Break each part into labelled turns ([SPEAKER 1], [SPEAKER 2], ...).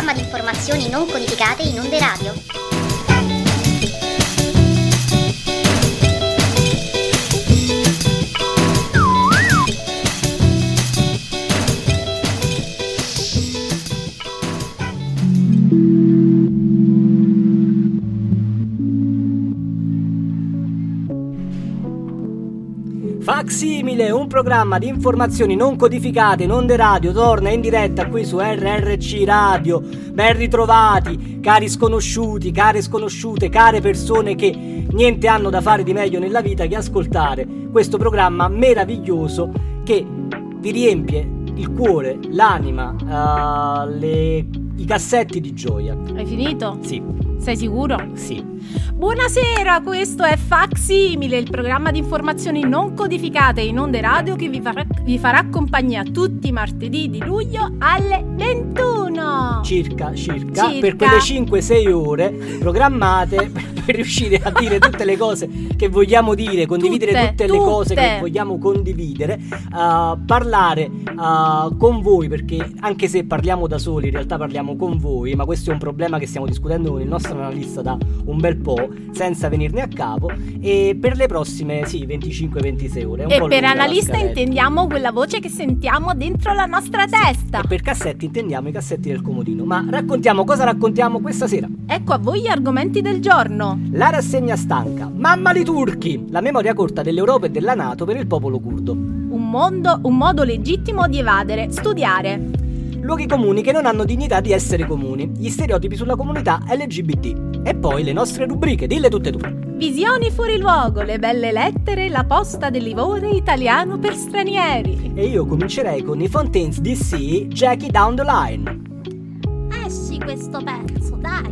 [SPEAKER 1] programma di informazioni non codificate in onde radio.
[SPEAKER 2] Facsimile, un programma di informazioni non codificate in onde radio, torna in diretta qui su RRC Radio. Ben ritrovati, cari sconosciuti, care sconosciute, care persone che niente hanno da fare di meglio nella vita che ascoltare questo programma meraviglioso che vi riempie il cuore, l'anima, i cassetti di gioia.
[SPEAKER 3] Hai finito?
[SPEAKER 2] Sì.
[SPEAKER 3] Sei sicuro?
[SPEAKER 2] Sì.
[SPEAKER 3] Buonasera, questo è Facsimile, il programma di informazioni non codificate in onde radio che vi farà compagnia tutti i martedì di luglio alle 21.
[SPEAKER 2] Circa. Per quelle 5-6 ore programmate per riuscire a dire tutte le cose che vogliamo dire, condividere tutte le cose che vogliamo condividere, parlare con voi, perché anche se parliamo da soli in realtà parliamo con voi, ma questo è un problema che stiamo discutendo con il nostro analista da un bel po', senza venirne a capo, e per le prossime 25-26 ore.
[SPEAKER 3] E per analista intendiamo quella voce che sentiamo dentro la nostra testa.
[SPEAKER 2] E per cassetti intendiamo i cassetti del comodino. Ma cosa raccontiamo questa sera?
[SPEAKER 3] Ecco a voi gli argomenti del giorno.
[SPEAKER 2] La rassegna stanca, mamma li turchi, la memoria corta dell'Europa e della NATO per il popolo curdo.
[SPEAKER 3] Un modo legittimo di evadere, studiare.
[SPEAKER 2] Luoghi comuni che non hanno dignità di essere comuni, gli stereotipi sulla comunità LGBT. E poi le nostre rubriche, dille tutte tu.
[SPEAKER 3] Visioni fuori luogo, le belle lettere, la posta del livore italiano per stranieri.
[SPEAKER 2] E io comincerei con i Fontaines DC, Jackie Down the Line.
[SPEAKER 1] Sì, questo pezzo, dai.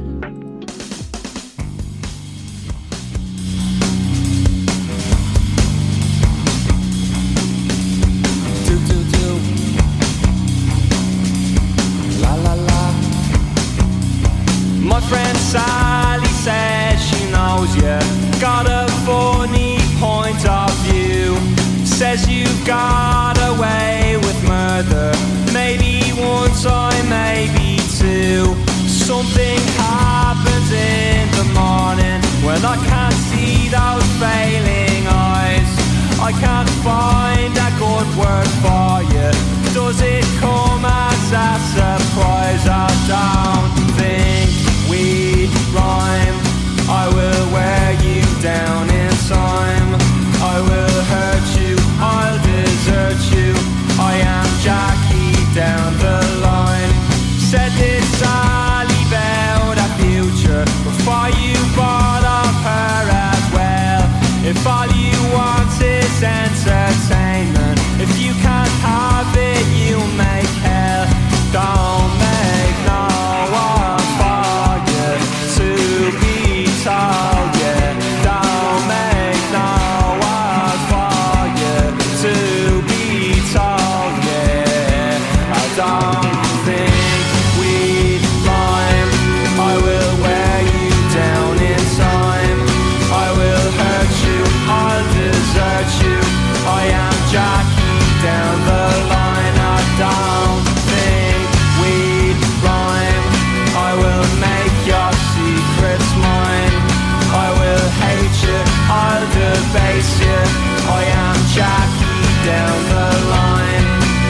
[SPEAKER 4] My friend Sally says she knows you got a funny point of view. Says you got away with murder, maybe one time, maybe two. Something happens in the morning when I can't see those failing eyes. I can't find a good word for you. Does it come as a surprise? I don't think we rhyme. I will wear you down in time. I will hurt you, I'll desert you. I am Jackie down the line. Said this Sally about a future before you bought off her as well. If all you want is entertainment, if you can't have it, you make hell. Don't make no one for you to be told, yeah. Don't make no one for you to be told, yeah. I don't think we'd rhyme. I will wear you down in time. I will hurt you, I'll desert you. I am Jackie down the line. I don't think we'd rhyme. I will make your secrets mine. I will hate you, I'll debase you. I am Jackie down the line.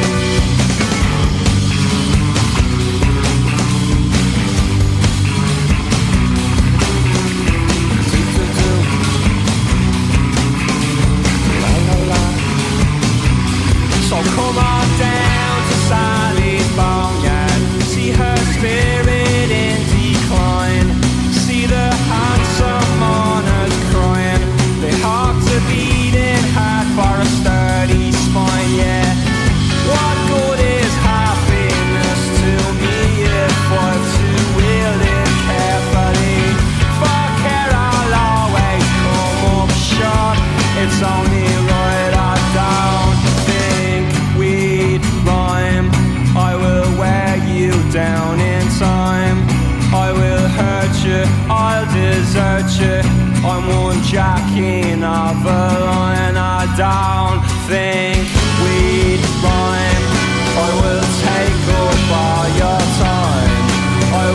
[SPEAKER 4] So come on down to Sally's boneyard. See her spirit in decline. See the handsome mourners crying. They hearts are beating hard for a sturdy spine, yeah. What good is happiness to me if I'm to wield it carefully? For care I'll always come up short. It's only right I don't think we'd rhyme. I will wear you down in time. I will hurt you, I'll desert you. I'm one Jackie of a line. I don't think we'd rhyme. I will take up all your time. I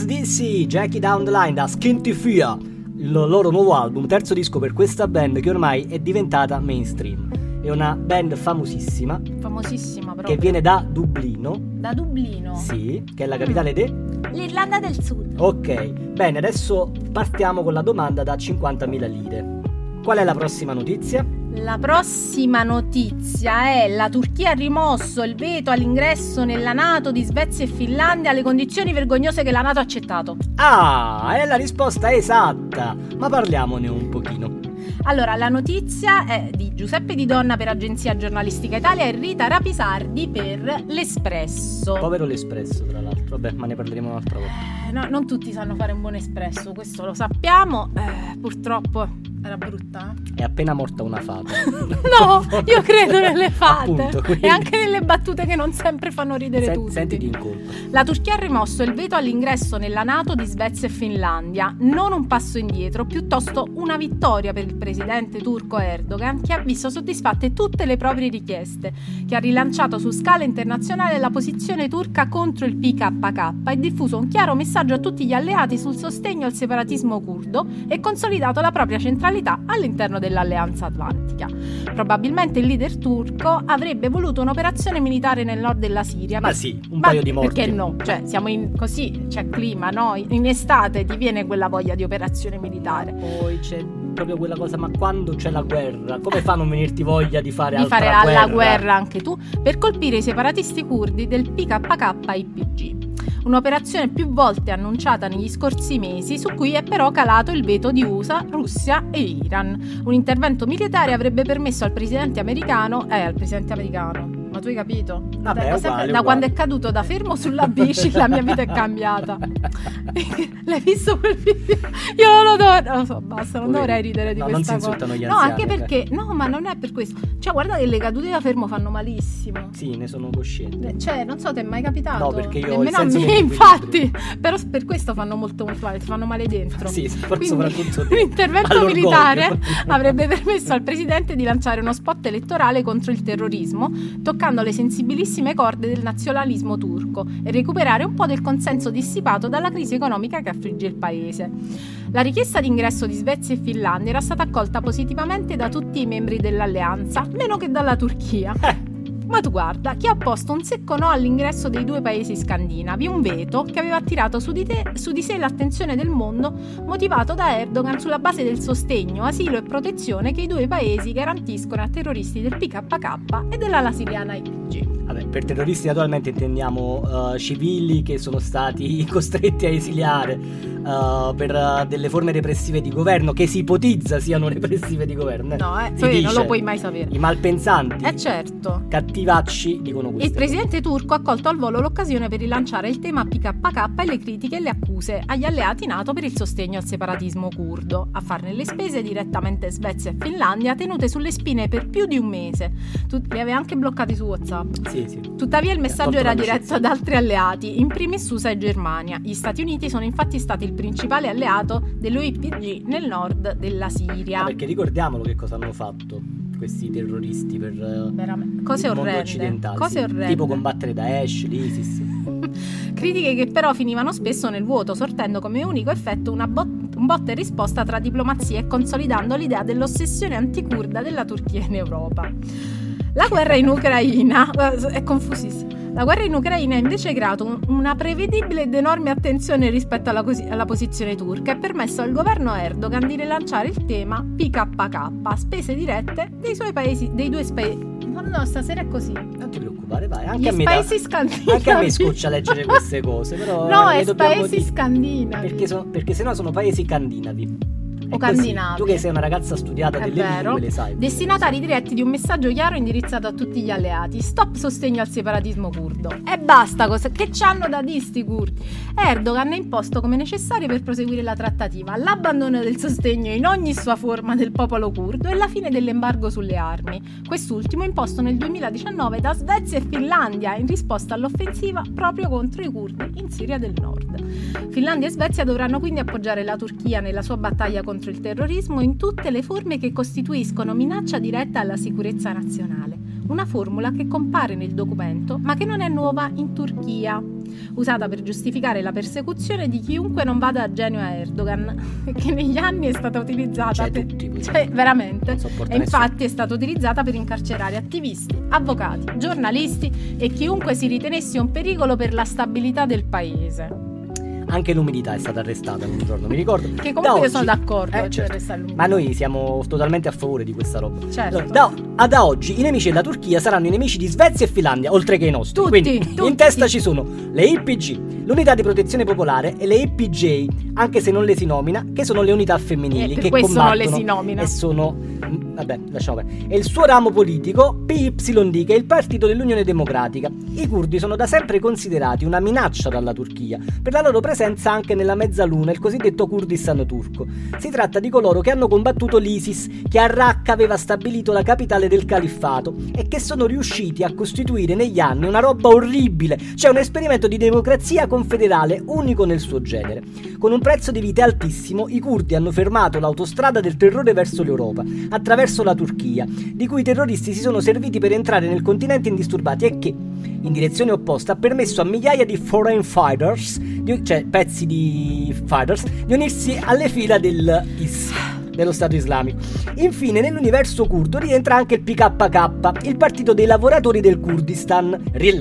[SPEAKER 2] AC/DC, Jackie Down the Line da Skin to Fear, il loro nuovo album, terzo disco per questa band che ormai è diventata mainstream. È una band famosissima proprio, che viene da Dublino.
[SPEAKER 3] Da Dublino?
[SPEAKER 2] Sì, che è la capitale
[SPEAKER 3] l'Irlanda del Sud.
[SPEAKER 2] Ok, bene, adesso partiamo con la domanda da 50.000 lire. Qual è la prossima notizia?
[SPEAKER 3] La prossima notizia è: la Turchia ha rimosso il veto all'ingresso nella NATO di Svezia e Finlandia alle condizioni vergognose che la NATO ha accettato.
[SPEAKER 2] Ah, è la risposta esatta, ma parliamone un pochino.
[SPEAKER 3] Allora, la notizia è di Giuseppe Di Donna per Agenzia Giornalistica Italia e Rita Rapisardi per L'Espresso.
[SPEAKER 2] Povero L'Espresso, tra l'altro. Vabbè, ma ne parleremo un'altra volta.
[SPEAKER 3] No, non tutti sanno fare un buon espresso, questo lo sappiamo. Purtroppo era brutta.
[SPEAKER 2] È appena morta una fata.
[SPEAKER 3] No, io credo nelle fate.
[SPEAKER 2] Appunto,
[SPEAKER 3] e anche nelle battute che non sempre fanno ridere tutti.
[SPEAKER 2] Sentiti in colpa.
[SPEAKER 3] La Turchia ha rimosso il veto all'ingresso nella NATO di Svezia e Finlandia. Non un passo indietro, piuttosto una vittoria per il presidente turco Erdogan, che ha visto soddisfatte tutte le proprie richieste, che ha rilanciato su scala internazionale la posizione turca contro il PKK e diffuso un chiaro messaggio a tutti gli alleati sul sostegno al separatismo curdo e consolidato la propria centralità all'interno dell'alleanza atlantica. Probabilmente il leader turco avrebbe voluto un'operazione militare nel nord della Siria.
[SPEAKER 2] Ma sì, un paio di morti.
[SPEAKER 3] Perché no? Cioè, siamo così, c'è clima, no? In estate ti viene quella voglia di operazione militare.
[SPEAKER 2] Poi c'è proprio quella cosa, ma quando c'è la guerra, come fa a non venirti voglia di fare
[SPEAKER 3] altra guerra? Di fare alla guerra anche tu, per colpire i separatisti curdi del PKK-YPG. Un'operazione più volte annunciata negli scorsi mesi, su cui è però calato il veto di USA, Russia e Iran. Un intervento militare avrebbe permesso al presidente americano, ma tu hai capito?
[SPEAKER 2] Vabbè, uguale.
[SPEAKER 3] Quando è caduto da fermo sulla bici la mia vita è cambiata. L'hai visto quel video? Io non lo so, basta, non dovrei ridere di questa cosa.
[SPEAKER 2] Non si insultano gli
[SPEAKER 3] anziani.
[SPEAKER 2] No,
[SPEAKER 3] anche perché, no, ma non è per questo. Cioè, guarda che le cadute da fermo fanno malissimo.
[SPEAKER 2] Sì, ne sono cosciente.
[SPEAKER 3] Cioè, non so, ti è mai capitato?
[SPEAKER 2] No, perché io
[SPEAKER 3] nemmeno a me, infatti. Però per questo fanno molto male, ti fanno male dentro.
[SPEAKER 2] Sì, soprattutto
[SPEAKER 3] l'intervento militare avrebbe permesso al presidente di lanciare uno spot elettorale contro il terrorismo, toccando le sensibilissime corde del nazionalismo turco e recuperare un po' del consenso dissipato dalla crisi economica che affligge il paese. La richiesta di ingresso di Svezia e Finlandia era stata accolta positivamente da tutti i membri dell'alleanza, meno che dalla Turchia. Ma tu guarda, chi ha posto un secco no all'ingresso dei due paesi scandinavi, un veto che aveva attirato su di sé l'attenzione del mondo, motivato da Erdogan sulla base del sostegno, asilo e protezione che i due paesi garantiscono a terroristi del PKK e dell'ala siriana YPG.
[SPEAKER 2] Vabbè, per terroristi naturalmente intendiamo civili che sono stati costretti a esiliare per delle forme repressive di governo, che si ipotizza siano repressive di governo.
[SPEAKER 3] No, non lo puoi mai sapere.
[SPEAKER 2] I malpensanti,
[SPEAKER 3] certo,
[SPEAKER 2] cattivacci dicono questo.
[SPEAKER 3] Il presidente turco ha colto al volo l'occasione per rilanciare il tema PKK e le critiche e le accuse agli alleati NATO per il sostegno al separatismo curdo. A farne le spese direttamente Svezia e Finlandia, tenute sulle spine per più di un mese. Li aveva anche bloccati su WhatsApp.
[SPEAKER 2] Sì.
[SPEAKER 3] Tuttavia il messaggio era diretto ad altri alleati, in primis USA e Germania. Gli Stati Uniti sono infatti stati il principale alleato dell'YPG nel nord della Siria.
[SPEAKER 2] Perché ricordiamolo che cosa hanno fatto questi terroristi per
[SPEAKER 3] cose
[SPEAKER 2] il
[SPEAKER 3] orrende,
[SPEAKER 2] mondo occidentale,
[SPEAKER 3] cose orrende.
[SPEAKER 2] Tipo combattere Daesh, l'ISIS.
[SPEAKER 3] Critiche che però finivano spesso nel vuoto, sortendo come unico effetto un botta e risposta tra diplomazia e consolidando l'idea dell'ossessione anticurda della Turchia in Europa. La guerra in Ucraina è confusissima. La guerra in Ucraina ha invece creato una prevedibile ed enorme attenzione rispetto alla posizione turca e permesso al governo Erdogan di rilanciare il tema PKK a spese dirette dei due paesi. No, stasera è così.
[SPEAKER 2] Non ti preoccupare, vai.
[SPEAKER 3] Anche gli paesi scandinavi.
[SPEAKER 2] Anche a me scoccia leggere queste cose, però
[SPEAKER 3] no, è paesi scandinavi.
[SPEAKER 2] Perché sennò sono paesi scandinavi.
[SPEAKER 3] O scandinavi.
[SPEAKER 2] Tu che sei una ragazza studiata delle lingue, le sai.
[SPEAKER 3] Destinatari diretti di un messaggio chiaro indirizzato a tutti gli alleati: stop sostegno al separatismo curdo. E basta, che c'hanno da dire sti curdi? Erdogan ha imposto come necessario per proseguire la trattativa l'abbandono del sostegno in ogni sua forma del popolo curdo e la fine dell'embargo sulle armi, quest'ultimo imposto nel 2019 da Svezia e Finlandia in risposta all'offensiva proprio contro i curdi in Siria del Nord. Finlandia e Svezia dovranno quindi appoggiare la Turchia nella sua battaglia contro il terrorismo in tutte le forme che costituiscono minaccia diretta alla sicurezza nazionale. una formula che compare nel documento ma che non è nuova in Turchia, usata per giustificare la persecuzione di chiunque non vada a genio a Erdogan, che negli anni è stata utilizzata veramente, e infatti è stata utilizzata per incarcerare attivisti, avvocati, giornalisti e chiunque si ritenesse un pericolo per la stabilità del paese.
[SPEAKER 2] Anche l'umidità è stata arrestata un giorno, mi ricordo.
[SPEAKER 3] Che comunque io sono d'accordo,
[SPEAKER 2] ma noi siamo totalmente a favore di questa roba.
[SPEAKER 3] Certo.
[SPEAKER 2] Da oggi i nemici della Turchia saranno i nemici di Svezia e Finlandia, oltre che i nostri. Quindi in testa ci sono le YPG, l'unità di protezione popolare, e le YPJ, anche se non le si nomina, che sono le unità femminili che combattono.
[SPEAKER 3] Non le si nomina.
[SPEAKER 2] E sono, vabbè, lasciamo perdere. E il suo ramo politico, PYD, che è il partito dell'Unione Democratica. I curdi sono da sempre considerati una minaccia dalla Turchia per la loro presenza anche nella mezzaluna, il cosiddetto Kurdistan turco. Si tratta di coloro che hanno combattuto l'ISIS, che a Raqqa aveva stabilito la capitale del califfato, e che sono riusciti a costituire negli anni una roba orribile, cioè un esperimento di democrazia confederale unico nel suo genere. Con un prezzo di vita altissimo, i curdi hanno fermato l'autostrada del terrore verso l'Europa, attraverso la Turchia, di cui i terroristi si sono serviti per entrare nel continente indisturbati, e che, in direzione opposta, ha permesso a migliaia di foreign fighters, cioè pezzi di fighters, di unirsi alle fila dello Stato Islamico. Infine, nell'universo curdo rientra anche il PKK, il partito dei lavoratori del Kurdistan,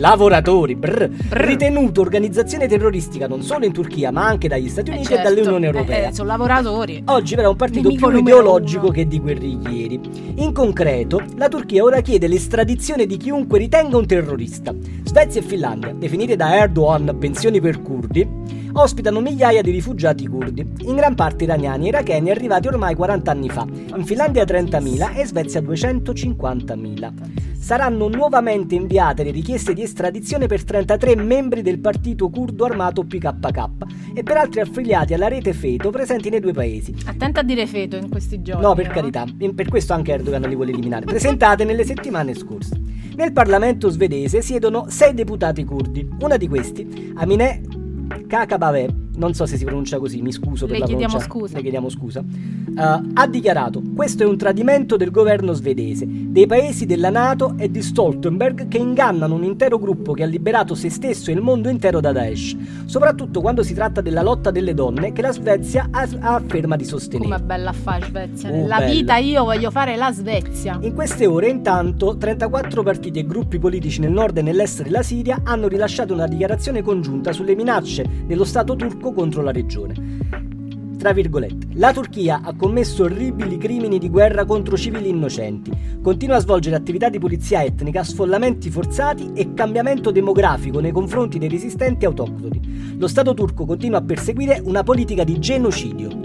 [SPEAKER 2] ritenuto organizzazione terroristica non solo in Turchia ma anche dagli Stati Uniti e dall'Unione Europea.
[SPEAKER 3] Sono lavoratori.
[SPEAKER 2] Oggi però è un partito più ideologico che di guerriglieri. In concreto, la Turchia ora chiede l'estradizione di chiunque ritenga un terrorista. Svezia e Finlandia, definite da Erdogan pensioni per curdi, ospitano migliaia di rifugiati curdi, in gran parte iraniani e iracheni arrivati ormai 40 anni fa, in Finlandia 30.000 e in Svezia 250.000. Saranno nuovamente inviate le richieste di estradizione per 33 membri del partito curdo armato PKK e per altri affiliati alla rete Feto presenti nei due paesi.
[SPEAKER 3] Attenta a dire Feto in questi giorni.
[SPEAKER 2] No, per carità, per questo anche Erdogan li vuole eliminare. Presentate nelle settimane scorse. Nel Parlamento svedese siedono 6 deputati curdi. Una di questi, Amineh Kakabaveh, non so se si pronuncia così, mi scuso per la pronuncia. Le chiediamo scusa. Ha dichiarato: questo è un tradimento del governo svedese, dei paesi della NATO e di Stoltenberg, che ingannano un intero gruppo che ha liberato se stesso e il mondo intero da Daesh, soprattutto quando si tratta della lotta delle donne, che la Svezia afferma di sostenere.
[SPEAKER 3] Come bella fare Svezia, nella vita io voglio fare la Svezia.
[SPEAKER 2] In queste ore intanto 34 partiti e gruppi politici nel nord e nell'est della Siria hanno rilasciato una dichiarazione congiunta sulle minacce dello Stato turco contro la regione. Tra virgolette, la Turchia ha commesso orribili crimini di guerra contro civili innocenti, continua a svolgere attività di pulizia etnica, sfollamenti forzati e cambiamento demografico nei confronti dei resistenti autoctoni. Lo Stato turco continua a perseguire una politica di genocidio.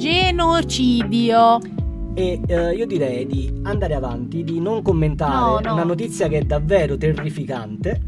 [SPEAKER 2] E io direi di andare avanti, di non commentare una notizia che è davvero terrificante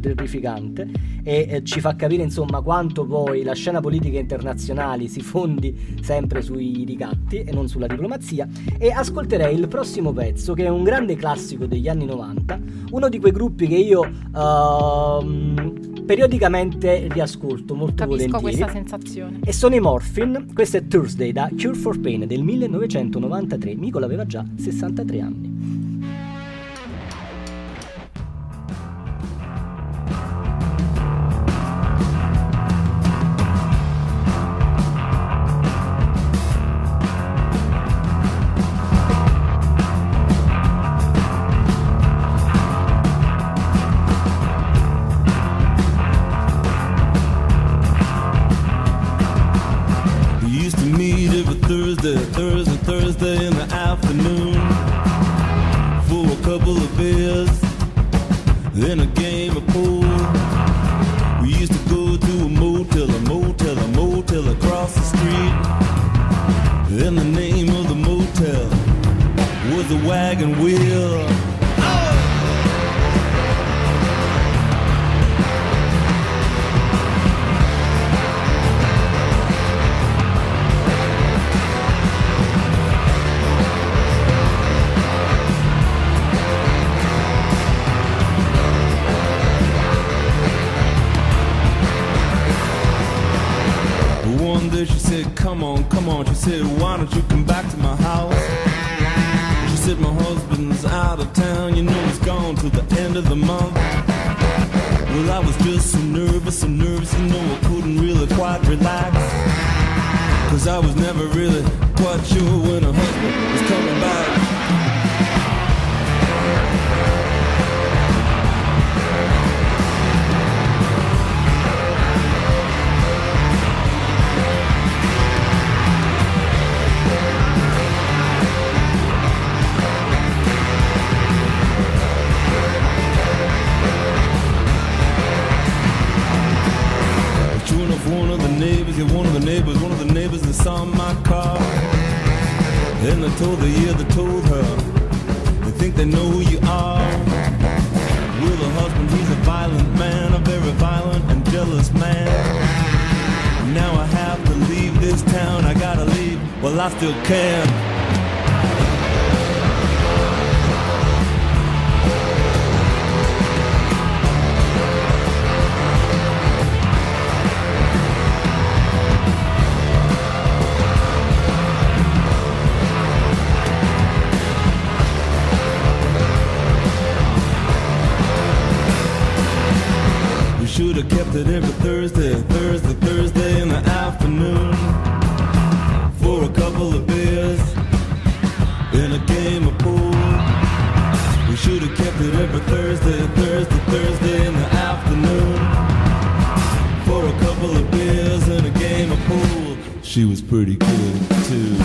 [SPEAKER 2] e ci fa capire insomma quanto poi la scena politica internazionale si fondi sempre sui ricatti e non sulla diplomazia. E ascolterei il prossimo pezzo, che è un grande classico degli anni 90, uno di quei gruppi che io periodicamente riascolto molto volentieri.
[SPEAKER 3] Capisco questa sensazione.
[SPEAKER 2] E sono i Morphine. Questo è Thursday da Cure for Pain del 1993. Nicola aveva già 63 anni.
[SPEAKER 5] Thursday in the afternoon for a couple of beers and a game of pool. We used to go to a motel across the street, and the name of the motel was the Wagon Wheel. She said, come on, she said, why don't you come back to my house? She said my husband's out of town, you know he's gone till the end of the month. Well, I was just so nervous, you know I couldn't really quite relax, 'cause I was never really quite sure when a husband was coming back. One of the neighbors that saw my car, and they told her, they think they know who you are. Well, the husband, he's a violent man, a very violent and jealous man. Now I have to leave this town, I gotta leave, well I still can. Should have kept it every Thursday in the afternoon, for a couple of beers and a game of pool. We should have kept it every Thursday in the afternoon, for a couple of beers and a game of pool. She was pretty good too.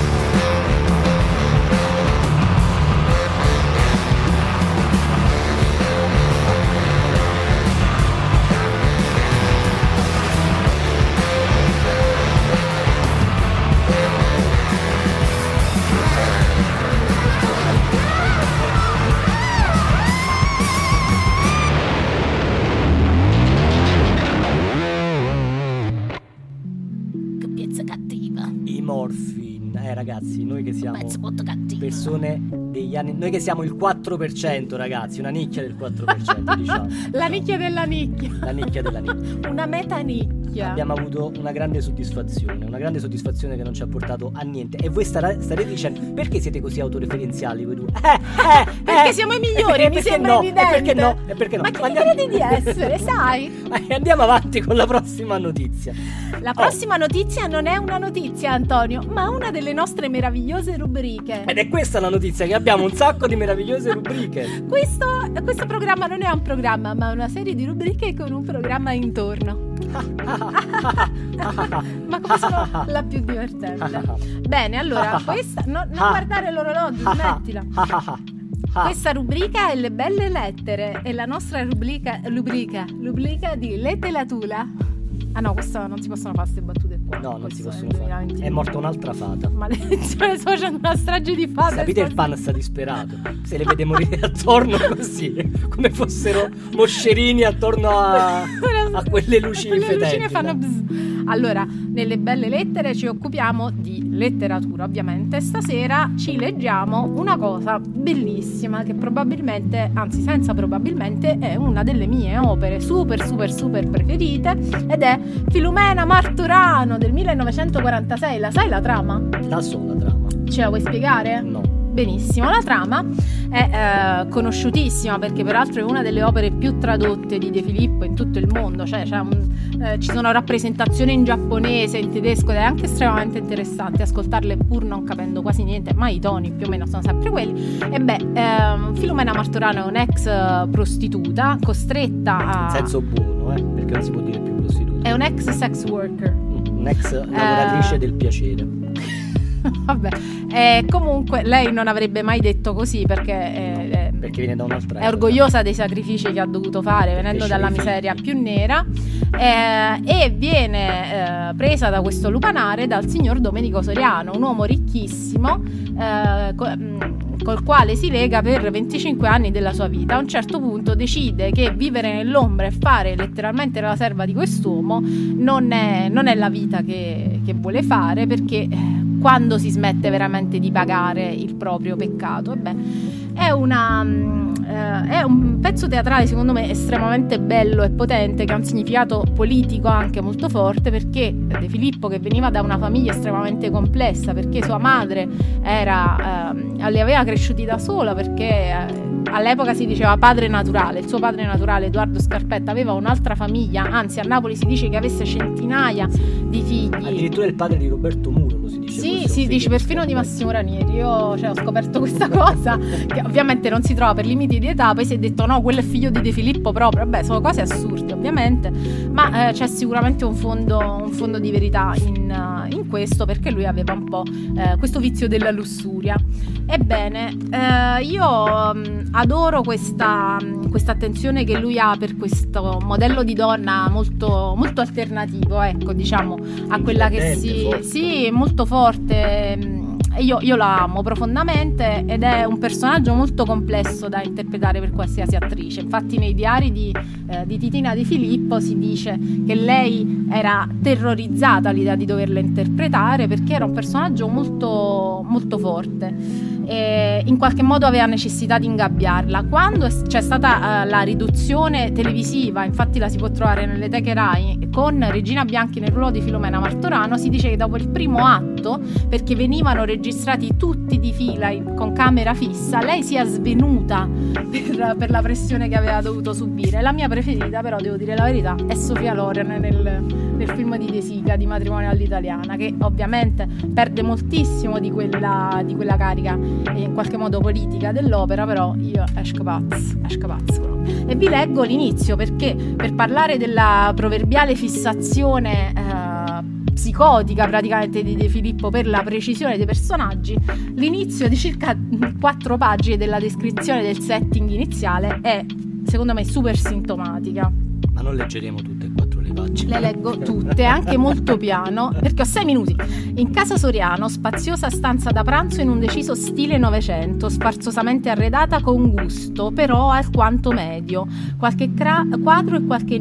[SPEAKER 2] Ragazzi, noi che siamo persone degli anni, noi che siamo il 4%, ragazzi, una nicchia del 4%, diciamo.
[SPEAKER 3] La nicchia della nicchia.
[SPEAKER 2] La nicchia della nicchia.
[SPEAKER 3] Una meta nicchia.
[SPEAKER 2] Abbiamo avuto una grande soddisfazione che non ci ha portato a niente. E voi starete dicendo, perché siete così autoreferenziali voi due?
[SPEAKER 3] Perché siamo i migliori, mi sembra
[SPEAKER 2] no,
[SPEAKER 3] evidente.
[SPEAKER 2] Perché no?
[SPEAKER 3] Ma chi credi di essere, sai?
[SPEAKER 2] Andiamo avanti con la prossima notizia.
[SPEAKER 3] La prossima notizia non è una notizia, Antonio, ma una delle nostre meravigliose rubriche.
[SPEAKER 2] Ed è questa la notizia, che abbiamo un sacco di meravigliose rubriche.
[SPEAKER 3] Questo programma non è un programma, ma una serie di rubriche con un programma intorno. Ma come sono la più divertente. Bene, allora, questa non guardare l'orologio, smettila. Questa rubrica è Le Belle Lettere, è la nostra rubrica di Letteratula. Ah no, questa non si possono fare queste battute qua.
[SPEAKER 2] No, non si possono fare. È morta un'altra fata.
[SPEAKER 3] Maledizione, sto facendo una strage di fate.
[SPEAKER 2] Peter Pan sta disperato. Se le vede morire attorno così, come fossero moscerini attorno a quelle luci fetenti.
[SPEAKER 3] Le lucine fanno bzz. Allora, nelle Belle Lettere ci occupiamo di letteratura, ovviamente. Stasera ci leggiamo una cosa bellissima che probabilmente, anzi senza probabilmente, è una delle mie opere super preferite, ed è Filumena Marturano del 1946. La sai la trama?
[SPEAKER 2] La so la trama.
[SPEAKER 3] Ce la vuoi spiegare?
[SPEAKER 2] No.
[SPEAKER 3] Benissimo, la trama è conosciutissima perché peraltro è una delle opere più tradotte di De Filippo in tutto il mondo, cioè ci sono rappresentazioni in giapponese, in tedesco, ed è anche estremamente interessante ascoltarle pur non capendo quasi niente, ma i toni più o meno sono sempre quelli. E Filumena Marturano è un'ex prostituta costretta a...
[SPEAKER 2] In senso buono, perché non si può dire più prostituta.
[SPEAKER 3] È un ex sex worker.
[SPEAKER 2] Un'ex lavoratrice del piacere.
[SPEAKER 3] Vabbè, comunque lei non avrebbe mai detto così perché
[SPEAKER 2] viene da un'altra
[SPEAKER 3] è orgogliosa dei sacrifici che ha dovuto fare venendo dalla miseria più nera, e viene presa da questo lupanare dal signor Domenico Soriano, un uomo ricchissimo col quale si lega per 25 anni della sua vita. A un certo punto decide che vivere nell'ombra e fare letteralmente la serva di quest'uomo non è la vita che vuole fare, perché quando si smette veramente di pagare il proprio peccato, è una È un pezzo teatrale secondo me estremamente bello e potente, che ha un significato politico anche molto forte, perché De Filippo, che veniva da una famiglia estremamente complessa, perché sua madre li aveva cresciuti da sola, perché all'epoca si diceva padre naturale. Il suo padre naturale, Edoardo Scarpetta, aveva un'altra famiglia, anzi a Napoli si dice che avesse centinaia di figli.
[SPEAKER 2] Addirittura il padre di Roberto Muro lo si dice.
[SPEAKER 3] Sì, si dice perfino di Massimo Ranieri. Io ho scoperto questa cosa, che ovviamente non si trova per limiti di età. Poi si è detto no, quello è figlio di De Filippo proprio. Vabbè, sono cose assurde ovviamente, ma c'è sicuramente un fondo di verità in questo, perché lui aveva un po' questo vizio della lussuria. Ebbene, io adoro questa attenzione che lui ha per questo modello di donna molto, molto alternativo, ecco, diciamo, a quella che sì, molto forte. Io la amo profondamente, ed è un personaggio molto complesso da interpretare per qualsiasi attrice. Infatti nei diari di Titina De Filippo si dice che lei era terrorizzata all'idea di doverla interpretare, perché era un personaggio molto, molto forte e in qualche modo aveva necessità di ingabbiarla. Quando c'è stata la riduzione televisiva, infatti la si può trovare nelle teche Rai, con Regina Bianchi nel ruolo di Filomena Martorano, si dice che dopo il primo atto, perché venivano registrati tutti di fila con camera fissa, lei si è svenuta per la pressione che aveva dovuto subire. La mia preferita, però devo dire la verità, è Sofia Loren nel film di De Sica, di Matrimonio all'italiana, che ovviamente perde moltissimo di quella carica in qualche modo politica dell'opera, però io esco pazzo. E vi leggo l'inizio, perché per parlare della proverbiale fissazione psicotica praticamente di De Filippo per la precisione dei personaggi, l'inizio di circa 4 pagine della descrizione del setting iniziale è secondo me super sintomatica.
[SPEAKER 2] Ma non leggeremo tutte e 4 le pagine.
[SPEAKER 3] Le leggo tutte, anche molto piano, perché ho 6 minuti. In casa Soriano, spaziosa stanza da pranzo in un deciso stile Novecento, sfarzosamente arredata con gusto, però alquanto medio. Qualche quadro e qualche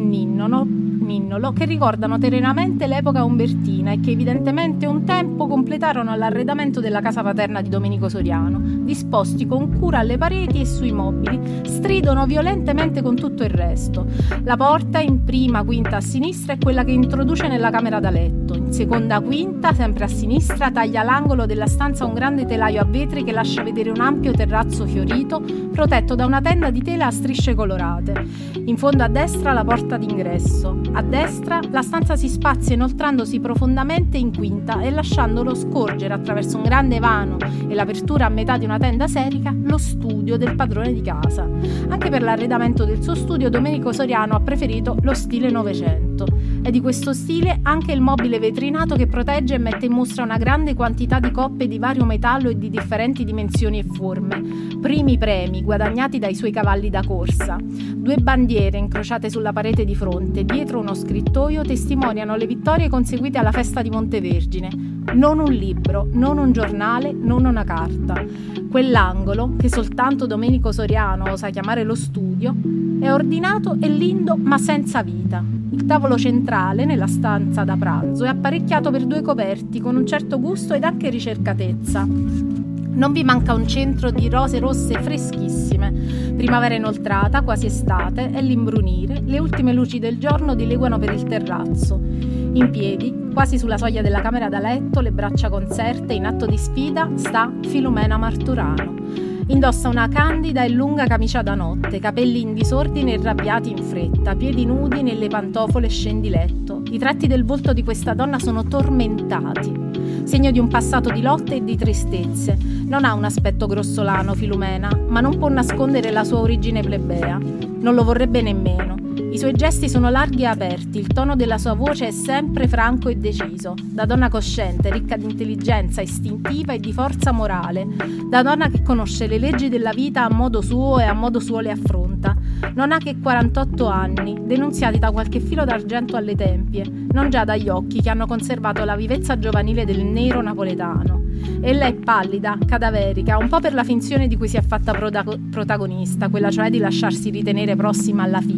[SPEAKER 3] ninnolo che ricordano teneramente l'epoca umbertina e che evidentemente un tempo completarono l'arredamento della casa paterna di Domenico Soriano. Disposti con cura alle pareti e sui mobili, stridono violentemente con tutto il resto. La porta in prima quinta a sinistra è quella che introduce nella camera da letto. In seconda quinta, sempre a sinistra, taglia l'angolo della stanza un grande telaio a vetri che lascia vedere un ampio terrazzo fiorito, protetto da una tenda di tela a strisce colorate. In fondo a destra la porta d'ingresso. A destra la stanza si spazia inoltrandosi profondamente in quinta e lasciandolo scorgere attraverso un grande vano e l'apertura a metà di una tenda serica lo studio del padrone di casa. Anche per l'arredamento del suo studio Domenico Soriano ha preferito lo stile Novecento. È di questo stile anche il mobile vetrinato che protegge e mette in mostra una grande quantità di coppe di vario metallo e di differenti dimensioni e forme. Primi premi guadagnati dai suoi cavalli da corsa. 2 bandiere incrociate sulla parete di fronte, dietro uno scrittoio, testimoniano le vittorie conseguite alla festa di Montevergine. Non un libro, non un giornale, non una carta. Quell'angolo, che soltanto Domenico Soriano osa chiamare lo studio, è ordinato e lindo ma senza vita. Il tavolo centrale, nella stanza da pranzo, è apparecchiato per 2 coperti con un certo gusto ed anche ricercatezza. Non vi manca un centro di rose rosse freschissime. Primavera inoltrata, quasi estate, e l'imbrunire, le ultime luci del giorno dileguano per il terrazzo. In piedi, quasi sulla soglia della camera da letto, le braccia conserte, in atto di sfida, sta Filomena Martorano. Indossa una candida e lunga camicia da notte, capelli in disordine e arrabbiati in fretta, piedi nudi nelle pantofole scendiletto. I tratti del volto di questa donna sono tormentati, segno di un passato di lotte e di tristezze. Non ha un aspetto grossolano Filomena, ma non può nascondere la sua origine plebea. Non lo vorrebbe nemmeno. I suoi gesti sono larghi e aperti, il tono della sua voce è sempre franco e deciso. Da donna cosciente, ricca di intelligenza istintiva e di forza morale. Da donna che conosce le leggi della vita a modo suo e a modo suo le affronta. Non ha che 48 anni, denunziati da qualche filo d'argento alle tempie, non già dagli occhi che hanno conservato la vivezza giovanile del nero napoletano. Ella è pallida, cadaverica, un po' per la finzione di cui si è fatta protagonista, quella cioè di lasciarsi ritenere prossima alla fine,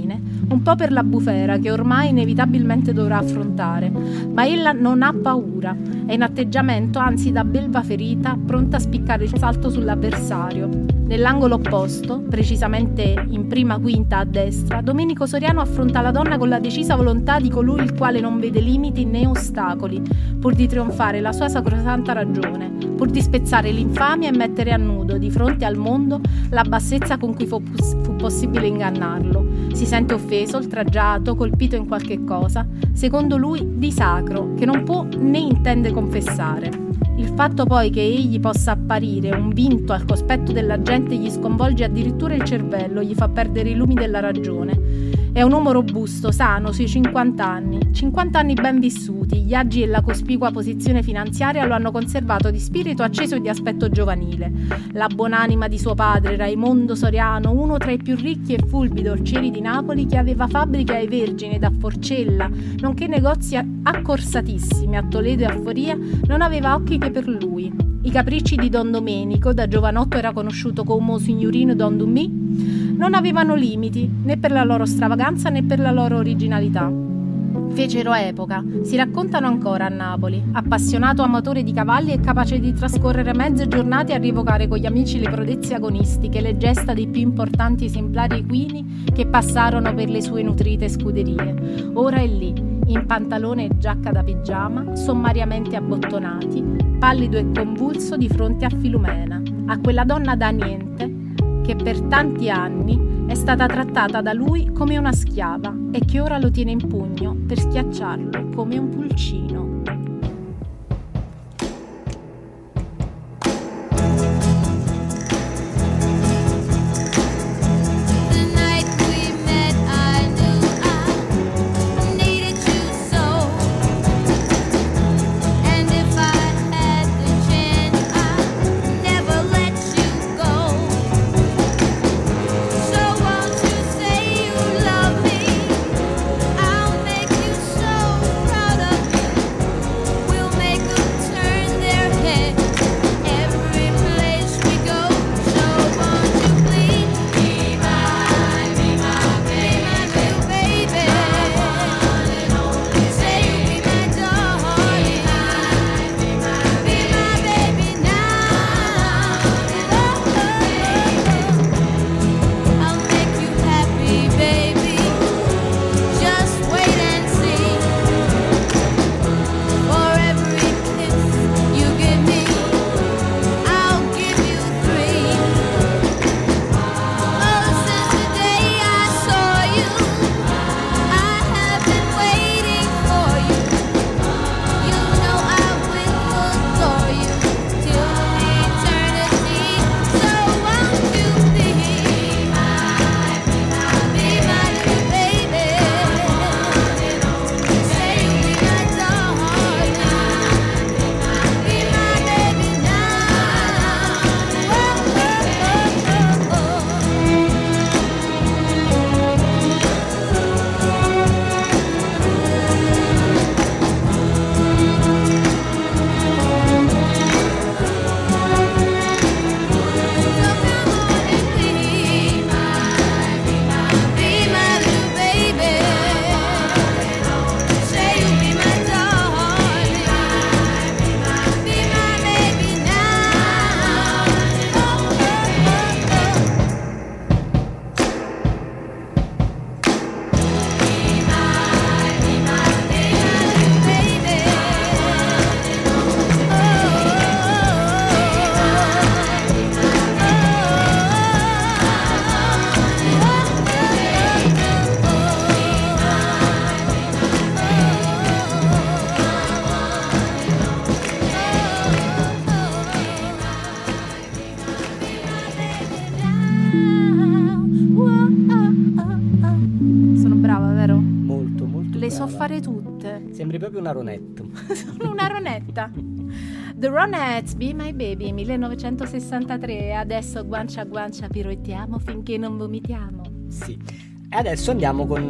[SPEAKER 3] un po' per la bufera che ormai inevitabilmente dovrà affrontare, ma ella non ha paura, è in atteggiamento, anzi da belva ferita, pronta a spiccare il salto sull'avversario. Nell'angolo opposto, precisamente in prima quinta a destra, Domenico Soriano affronta la donna con la decisa volontà di colui il quale non vede limiti né ostacoli, pur di trionfare la sua sacrosanta ragione, pur di spezzare l'infamia e mettere a nudo di fronte al mondo la bassezza con cui fu possibile ingannarlo. Si sente offeso, oltraggiato, colpito in qualche cosa, secondo lui di sacro, che non può né intende confessare. Il fatto poi che egli possa apparire un vinto al cospetto della gente gli sconvolge addirittura il cervello, gli fa perdere i lumi della ragione. È un uomo robusto, sano, sui 50 anni. 50 anni ben vissuti, gli agi e la cospicua posizione finanziaria lo hanno conservato di spirito acceso e di aspetto giovanile. La buonanima di suo padre, Raimondo Soriano, uno tra i più ricchi e fulbi dolcieri di Napoli, che aveva fabbriche ai Vergini ed a Forcella, nonché negozi accorsatissimi a Toledo e a Foria, non aveva occhi che per lui. I capricci di Don Domenico, da giovanotto era conosciuto come signorino Don Dumì, non avevano limiti né per la loro stravaganza né per la loro originalità. Fecero epoca, si raccontano ancora a Napoli. Appassionato amatore di cavalli e capace di trascorrere mezze giornate a rievocare con gli amici le prodezze agonistiche, le gesta dei più importanti esemplari equini che passarono per le sue nutrite scuderie. Ora è lì, in pantalone e giacca da pigiama, sommariamente abbottonati, pallido e convulso di fronte a Filumena, a quella donna da niente che per tanti anni è stata trattata da lui come una schiava e che ora lo tiene in pugno per schiacciarlo come un pulcino. Fare tutte.
[SPEAKER 2] Sembri proprio una ronetta.
[SPEAKER 3] Sono una ronetta. The Ronettes, Be My Baby, 1963. Adesso guancia a guancia piroettiamo finché non vomitiamo.
[SPEAKER 2] Sì. E adesso andiamo con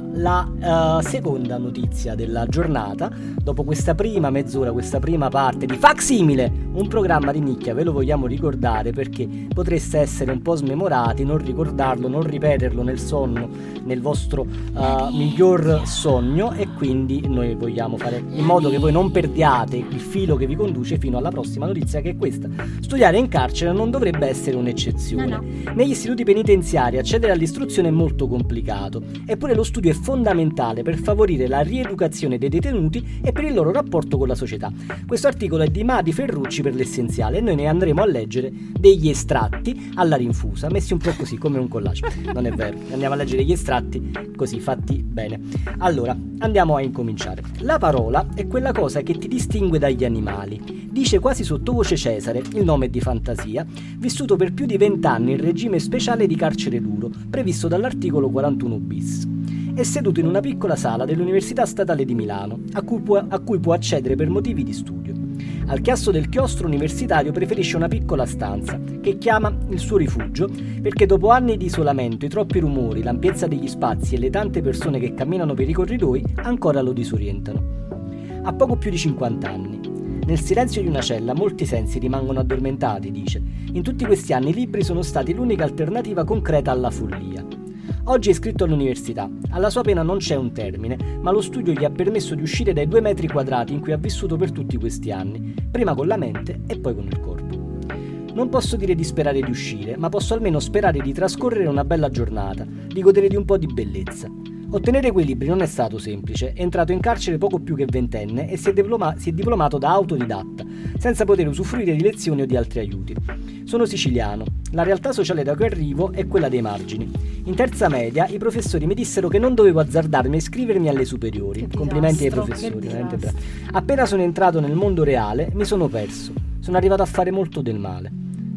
[SPEAKER 2] la seconda notizia della giornata. Dopo questa prima mezz'ora, questa prima parte di Facsimile, un programma di nicchia, ve lo vogliamo ricordare perché potreste essere un po' smemorati, non ricordarlo, non ripeterlo nel sonno, nel vostro miglior sogno, e quindi noi vogliamo fare in modo che voi non perdiate il filo che vi conduce fino alla prossima notizia, che è questa. Studiare in carcere non dovrebbe essere un'eccezione.
[SPEAKER 3] No.
[SPEAKER 2] Negli istituti penitenziari accedere all'istruzione è molto complicato, eppure lo studio è fondamentale per favorire la rieducazione dei detenuti e per il loro rapporto con la società. Questo articolo è di Madi Ferrucci per l'Essenziale e noi ne andremo a leggere degli estratti alla rinfusa, messi un po' così come un collage. Non è vero, andiamo a leggere gli estratti così fatti bene. Allora, andiamo a incominciare. La parola è quella cosa che ti distingue dagli animali. Dice quasi sottovoce Cesare, il nome è di fantasia, vissuto per più di 20 anni in regime speciale di carcere duro, previsto dall'articolo 41 bis. È seduto in una piccola sala dell'Università Statale di Milano, a cui può accedere per motivi di studio. Al chiasso del chiostro universitario preferisce una piccola stanza, che chiama il suo rifugio, perché dopo anni di isolamento, i troppi rumori, l'ampiezza degli spazi e le tante persone che camminano per i corridoi ancora lo disorientano. Ha poco più di 50 anni. Nel silenzio di una cella molti sensi rimangono addormentati, dice. In tutti questi anni i libri sono stati l'unica alternativa concreta alla follia. Oggi è iscritto all'università. Alla sua pena non c'è un termine, ma lo studio gli ha permesso di uscire dai 2 metri quadrati in cui ha vissuto per tutti questi anni, prima con la mente e poi con il corpo. Non posso dire di sperare di uscire, ma posso almeno sperare di trascorrere una bella giornata, di godere di un po' di bellezza. Ottenere quei libri non è stato semplice, è entrato in carcere poco più che ventenne e si è diplomato da autodidatta, senza poter usufruire di lezioni o di altri aiuti. Sono siciliano, la realtà sociale da cui arrivo è quella dei margini. In terza media i professori mi dissero che non dovevo azzardarmi a iscrivermi alle superiori. Complimenti ai professori, veramente bravi. Appena sono entrato nel mondo reale mi sono perso, sono arrivato a fare molto del male.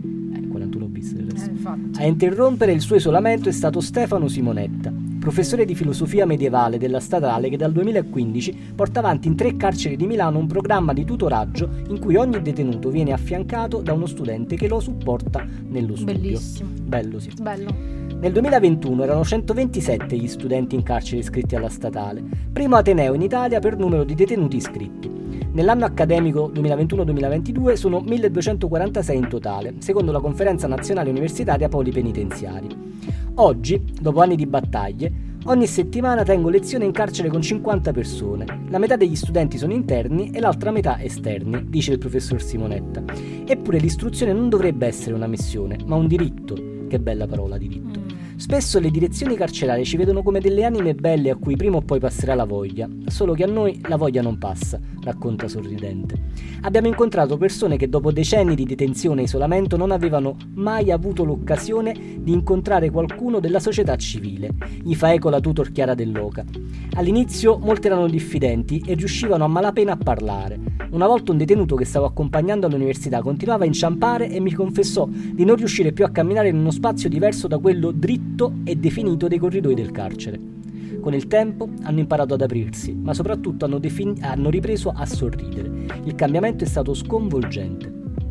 [SPEAKER 2] 41 bis del resto. A interrompere il suo isolamento è stato Stefano Simonetta, professore di filosofia medievale della Statale, che dal 2015 porta avanti in 3 carceri di Milano un programma di tutoraggio in cui ogni detenuto viene affiancato da uno studente che lo supporta nello studio.
[SPEAKER 3] Bellissimo.
[SPEAKER 2] Bello, sì.
[SPEAKER 3] Bello.
[SPEAKER 2] Nel 2021 erano 127 gli studenti in carcere iscritti alla Statale, primo ateneo in Italia per numero di detenuti iscritti. Nell'anno accademico 2021-2022 sono 1246 in totale, secondo la Conferenza Nazionale Universitaria Poli Penitenziari. Oggi, dopo anni di battaglie, ogni settimana tengo lezione in carcere con 50 persone. La metà degli studenti sono interni e l'altra metà esterni, dice il professor Simonetta. Eppure l'istruzione non dovrebbe essere una missione, ma un diritto. Che bella parola, diritto. Spesso le direzioni carcerarie ci vedono come delle anime belle a cui prima o poi passerà la voglia, solo che a noi la voglia non passa, racconta sorridente. Abbiamo incontrato persone che dopo decenni di detenzione e isolamento non avevano mai avuto l'occasione di incontrare qualcuno della società civile. Gli fa eco la tutor Chiara Dell'Oca. All'inizio molti erano diffidenti e riuscivano a malapena a parlare. Una volta un detenuto che stavo accompagnando all'università continuava a inciampare e mi confessò di non riuscire più a camminare in uno spazio diverso da quello dritto e definito dei corridoi del carcere. Con il tempo hanno imparato ad aprirsi, ma soprattutto hanno ripreso a sorridere. Il cambiamento è stato sconvolgente.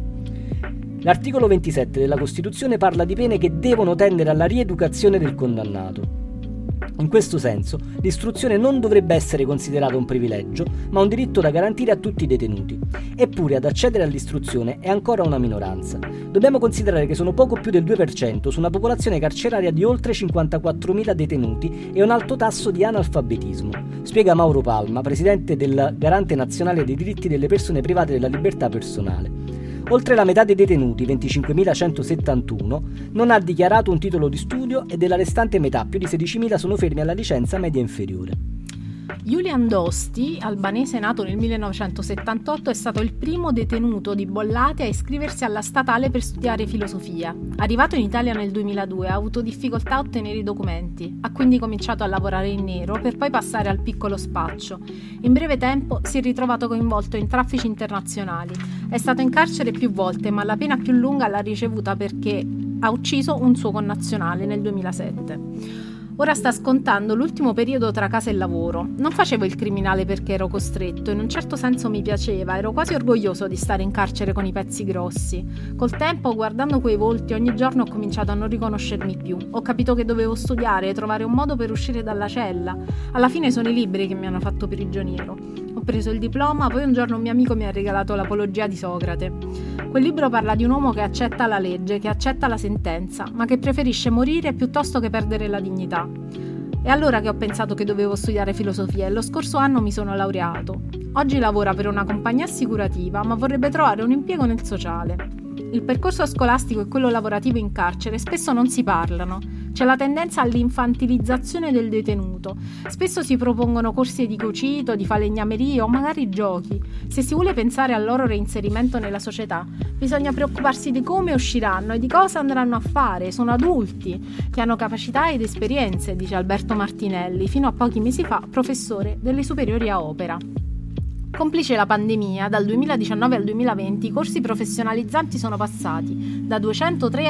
[SPEAKER 2] L'articolo 27 della Costituzione parla di pene che devono tendere alla rieducazione del condannato. In questo senso, l'istruzione non dovrebbe essere considerata un privilegio, ma un diritto da garantire a tutti i detenuti. Eppure, ad accedere all'istruzione è ancora una minoranza. Dobbiamo considerare che sono poco più del 2% su una popolazione carceraria di oltre 54.000 detenuti e un alto tasso di analfabetismo, spiega Mauro Palma, presidente del Garante Nazionale dei Diritti delle Persone Private della Libertà Personale. Oltre la metà dei detenuti, 25.171, non ha dichiarato un titolo di studio e della restante metà, più di 16.000, sono fermi alla licenza media inferiore.
[SPEAKER 3] Julian Dosti, albanese nato nel 1978, è stato il primo detenuto di Bollate a iscriversi alla statale per studiare filosofia. Arrivato in Italia nel 2002 ha avuto difficoltà a ottenere i documenti, ha quindi cominciato a lavorare in nero per poi passare al piccolo spaccio. In breve tempo si è ritrovato coinvolto in traffici internazionali. È stato in carcere più volte, ma la pena più lunga l'ha ricevuta perché ha ucciso un suo connazionale nel 2007. Ora sta scontando l'ultimo periodo tra casa e lavoro. Non facevo il criminale perché ero costretto, in un certo senso mi piaceva, ero quasi orgoglioso di stare in carcere con i pezzi grossi. Col tempo, guardando quei volti, ogni giorno ho cominciato a non riconoscermi più. Ho capito che dovevo studiare e trovare un modo per uscire dalla cella. Alla fine sono i libri che mi hanno fatto prigioniero. Ho preso il diploma, poi un giorno un mio amico mi ha regalato l'Apologia di Socrate. Quel libro parla di un uomo che accetta la legge, che accetta la sentenza, ma che preferisce morire piuttosto che perdere la dignità. È allora che ho pensato che dovevo studiare filosofia e lo scorso anno mi sono laureato. Oggi lavora per una compagnia assicurativa, ma vorrebbe trovare un impiego nel sociale. Il percorso scolastico e quello lavorativo in carcere spesso non si parlano. C'è la tendenza all'infantilizzazione del detenuto. Spesso si propongono corsi di cucito, di falegnameria o magari giochi. Se si vuole pensare al loro reinserimento nella società, bisogna preoccuparsi di come usciranno e di cosa andranno a fare. Sono adulti che hanno capacità ed esperienze, dice Alberto Martinelli, fino a pochi mesi fa professore delle superiori a Opera. Complice la pandemia, dal 2019 al 2020 i corsi professionalizzanti sono passati da 203 a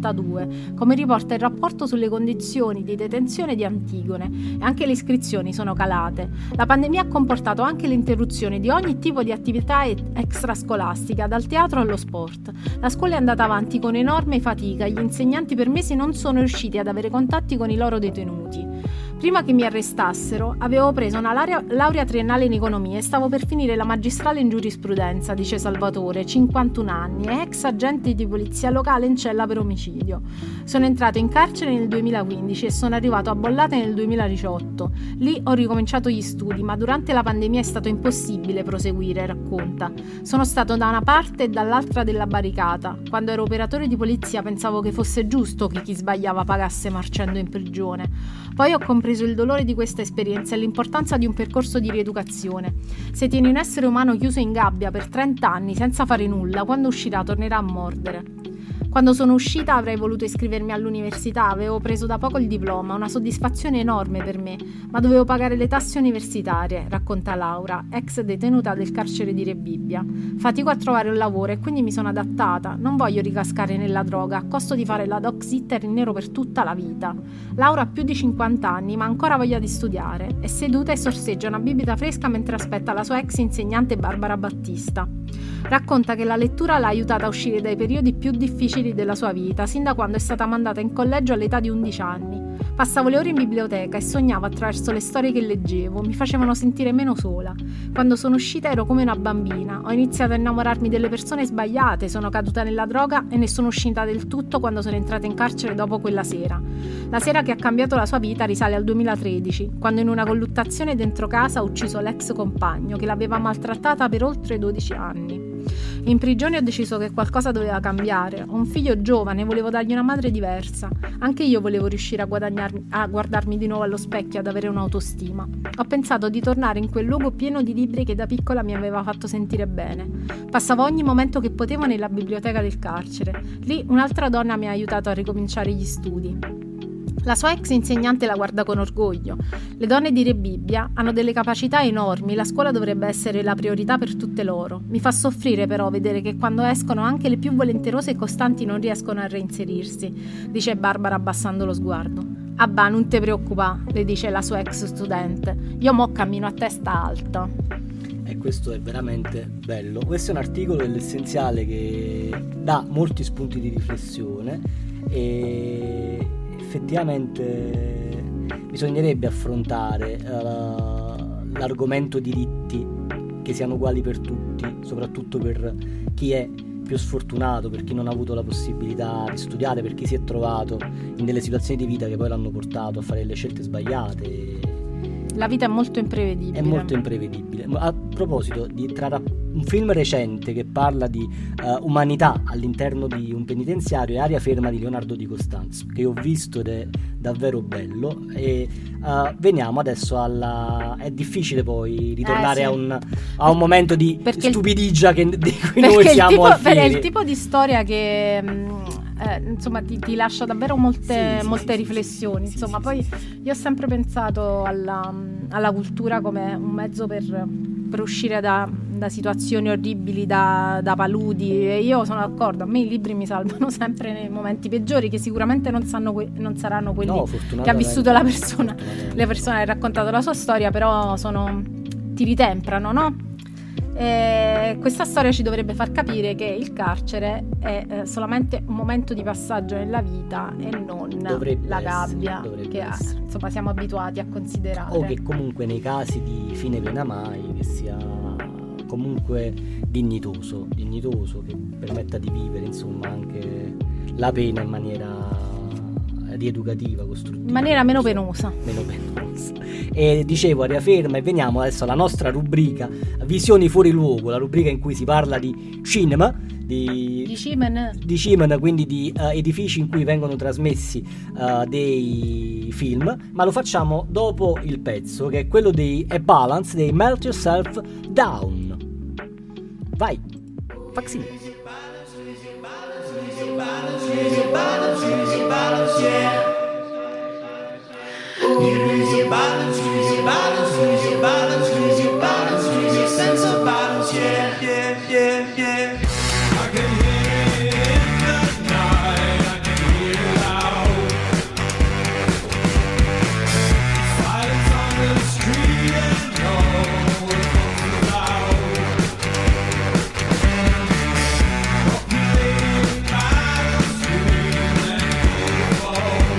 [SPEAKER 3] 92, come riporta il rapporto sulle condizioni di detenzione di Antigone, e anche le iscrizioni sono calate. La pandemia ha comportato anche l'interruzione di ogni tipo di attività extrascolastica, dal teatro allo sport. La scuola è andata avanti con enorme fatica, gli insegnanti per mesi non sono riusciti ad avere contatti con i loro detenuti. Prima che mi arrestassero, avevo preso una laurea triennale in economia e stavo per finire la magistrale in giurisprudenza, dice Salvatore, 51 anni, ex agente di polizia locale in cella per omicidio. Sono entrato in carcere nel 2015 e sono arrivato a Bollate nel 2018. Lì ho ricominciato gli studi, ma durante la pandemia è stato impossibile proseguire, racconta. Sono stato da una parte e dall'altra della barricata. Quando ero operatore di polizia pensavo che fosse giusto che chi sbagliava pagasse marcendo in prigione. Poi ho compreso il dolore di questa esperienza e l'importanza di un percorso di rieducazione. Se tieni un essere umano chiuso in gabbia per 30 anni senza fare nulla, quando uscirà tornerà a mordere. Quando sono uscita avrei voluto iscrivermi all'università, avevo preso da poco il diploma, una soddisfazione enorme per me, ma dovevo pagare le tasse universitarie, racconta Laura, ex detenuta del carcere di Rebibbia. Fatico a trovare un lavoro e quindi mi sono adattata, non voglio ricascare nella droga, a costo di fare la dog sitter in nero per tutta la vita. Laura ha più di 50 anni, ma ha ancora voglia di studiare, è seduta e sorseggia una bibita fresca mentre aspetta la sua ex insegnante Barbara Battista. Racconta che la lettura l'ha aiutata a uscire dai periodi più difficili della sua vita, sin da quando è stata mandata in collegio all'età di 11 anni. Passavo le ore in biblioteca e sognavo attraverso le storie che leggevo, mi facevano sentire meno sola. Quando sono uscita ero come una bambina, ho iniziato a innamorarmi delle persone sbagliate, sono caduta nella droga e ne sono uscita del tutto quando sono entrata in carcere dopo quella sera. La sera che ha cambiato la sua vita risale al 2013, quando in una colluttazione dentro casa ha ucciso l'ex compagno che l'aveva maltrattata per oltre 12 anni. In prigione ho deciso che qualcosa doveva cambiare. Ho un figlio giovane, volevo dargli una madre diversa. Anche io volevo riuscire a guardarmi di nuovo allo specchio, ad avere un'autostima. Ho pensato di tornare in quel luogo pieno di libri che da piccola mi aveva fatto sentire bene. Passavo ogni momento che potevo nella biblioteca del carcere. Lì un'altra donna mi ha aiutato a ricominciare gli studi. La sua ex insegnante la guarda con orgoglio. Le donne di Rebibbia hanno delle capacità enormi, la scuola dovrebbe essere la priorità per tutte loro. Mi fa soffrire però vedere che quando escono anche le più volenterose e costanti non riescono a reinserirsi, dice Barbara abbassando lo sguardo. Abba, non te preoccupa, le dice la sua ex studente. Io mo cammino a testa alta.
[SPEAKER 2] E questo è veramente bello. Questo è un articolo dell'Essenziale che dà molti spunti di riflessione e effettivamente bisognerebbe affrontare l'argomento diritti che siano uguali per tutti, soprattutto per chi è più sfortunato, per chi non ha avuto la possibilità di studiare, per chi si è trovato in delle situazioni di vita che poi l'hanno portato a fare delle scelte sbagliate.
[SPEAKER 3] La vita è molto imprevedibile.
[SPEAKER 2] È molto imprevedibile. A proposito, tra un film recente che parla di umanità all'interno di un penitenziario è Aria ferma di Leonardo Di Costanzo, che ho visto ed è davvero bello. E veniamo adesso è difficile poi ritornare
[SPEAKER 3] sì.
[SPEAKER 2] a un momento di stupidigia di cui noi siamo
[SPEAKER 3] perché è il tipo di storia che insomma ti lascia davvero molte riflessioni. Insomma, poi io ho sempre pensato alla alla cultura come un mezzo per uscire da situazioni orribili, da paludi, e io sono d'accordo, a me i libri mi salvano sempre nei momenti peggiori, che sicuramente non saranno quelli che ha vissuto la persona che ha raccontato la sua storia, però ti ritemprano, no? E questa storia ci dovrebbe far capire che il carcere è solamente un momento di passaggio nella vita e non la gabbia che insomma siamo abituati a considerare,
[SPEAKER 2] o che comunque nei casi di fine pena mai che sia comunque dignitoso che permetta di vivere insomma anche la pena in maniera rieducativa, costruttiva, in maniera
[SPEAKER 3] meno penosa.
[SPEAKER 2] E dicevo, aria ferma, e veniamo adesso alla nostra rubrica Visioni fuori luogo, la rubrica in cui si parla di cinema, di cimen, quindi di edifici in cui vengono trasmessi dei film, ma lo facciamo dopo il pezzo, che è quello di A Balance dei Melt Yourself Down. Vai, Faxi.
[SPEAKER 4] You lose your balance, lose your balance, lose your balance, lose your balance, lose your sense of balance, yeah, yeah, yeah, yeah. I can hear it in the night, I can hear it loud. Silence on the street and no one comes loud. Populating battles, screaming and fall.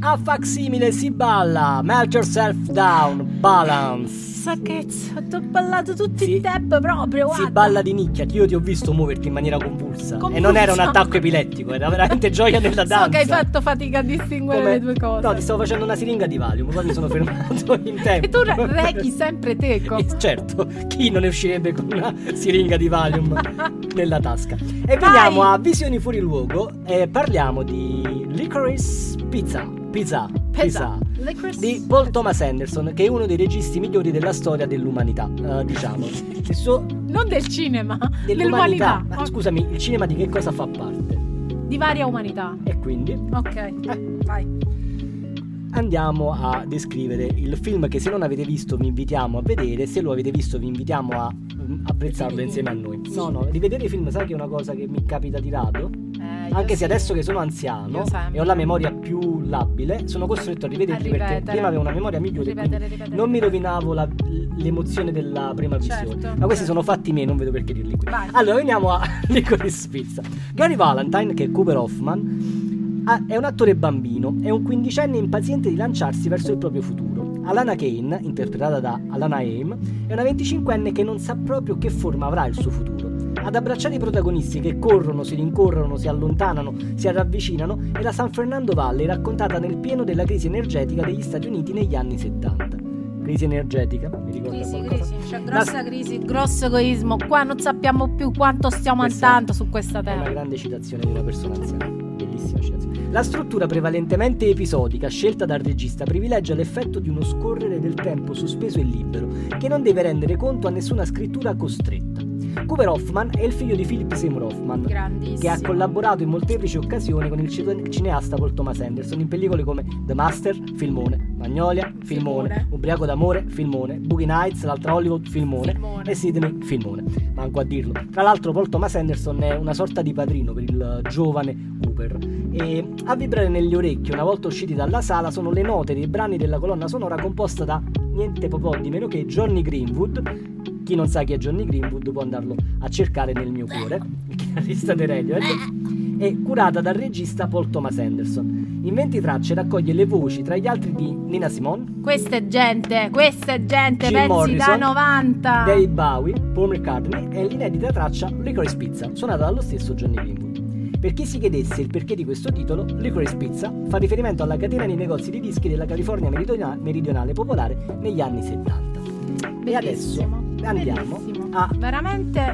[SPEAKER 2] A facsimile si balla, melt yourself down, balance.
[SPEAKER 3] Sacchezzo, ti ho ballato tutto il tempo proprio, guarda.
[SPEAKER 2] Si balla di nicchia, io ti ho visto muoverti in maniera convulsa. E non era un attacco epilettico, era veramente gioia nella danza.
[SPEAKER 3] So che hai fatto fatica a distinguere le due cose.
[SPEAKER 2] No, ti stavo facendo una siringa di Valium, poi mi sono fermato in tempo.
[SPEAKER 3] E tu reghi sempre teco.
[SPEAKER 2] Certo, chi non ne uscirebbe con una siringa di Valium nella tasca. E veniamo a Visioni fuori luogo e parliamo di Licorice Pizza di Paul Thomas Anderson, che è uno dei registi migliori della storia dell'umanità, diciamo.
[SPEAKER 3] Non del cinema, dell'umanità.
[SPEAKER 2] Ma, scusami, il cinema di che cosa fa parte?
[SPEAKER 3] Di varia umanità.
[SPEAKER 2] E quindi?
[SPEAKER 3] Ok, vai.
[SPEAKER 2] Andiamo a descrivere il film che, se non avete visto, vi invitiamo a vedere. Se lo avete visto, vi invitiamo a apprezzarlo insieme a noi. Sì. No, rivedere i film, sai che è una cosa che mi capita di rado? Anche se adesso che sono anziano e ho la memoria più labile, sono costretto a rivederli perché prima avevo una memoria migliore, ripetere. Non mi rovinavo l'emozione della prima visione. Ma questi sono fatti miei, non vedo perché dirli qui. Vai. Allora veniamo a Licorice Pizza. Gary Valentine, che è Cooper Hoffman, è un attore bambino, è un quindicenne impaziente di lanciarsi verso il proprio futuro. Alana Kane, interpretata da Alana Haim, è una 25enne che non sa proprio che forma avrà il suo futuro. Ad abbracciare i protagonisti che corrono, si rincorrono, si allontanano, si ravvicinano è la San Fernando Valley, raccontata nel pieno della crisi energetica degli Stati Uniti negli anni 70. Crisi energetica, mi ricorda qualcosa?
[SPEAKER 3] C'è grossa crisi, grosso egoismo. Qua non sappiamo più quanto stiamo andando su questa terra.
[SPEAKER 2] È una grande citazione di una persona anziana, bellissima citazione. La struttura prevalentemente episodica scelta dal regista privilegia l'effetto di uno scorrere del tempo sospeso e libero, che non deve rendere conto a nessuna scrittura costretta. Cooper Hoffman è il figlio di Philip Seymour Hoffman, che ha collaborato in molteplici occasioni con il cineasta Paul Thomas Anderson in pellicole come The Master, filmone, Magnolia, filmone, Ubriaco d'amore, filmone, Boogie Nights, l'altra Hollywood, filmone, e Sydney, filmone. Manco a dirlo. Tra l'altro Paul Thomas Anderson è una sorta di padrino per il giovane Cooper. E a vibrare negli orecchi una volta usciti dalla sala sono le note dei brani della colonna sonora composta da niente po' di meno che Johnny Greenwood. Chi non sa chi è Johnny Greenwood può andarlo a cercare nel mio cuore, il chitarrista dei Radiohead, è curata dal regista Paul Thomas Anderson. In 20 tracce raccoglie le voci, tra gli altri, di Nina Simone,
[SPEAKER 3] questa è gente,
[SPEAKER 2] Jim
[SPEAKER 3] pezzi
[SPEAKER 2] Morrison,
[SPEAKER 3] da 90,
[SPEAKER 2] David Bowie, Paul McCartney e l'inedita traccia Licorice Pizza, suonata dallo stesso Johnny Greenwood. Per chi si chiedesse il perché di questo titolo, Licorice Pizza fa riferimento alla catena di negozi di dischi della California meridionale popolare negli anni 70.
[SPEAKER 3] Bellissimo.
[SPEAKER 2] E adesso andiamo a
[SPEAKER 3] veramente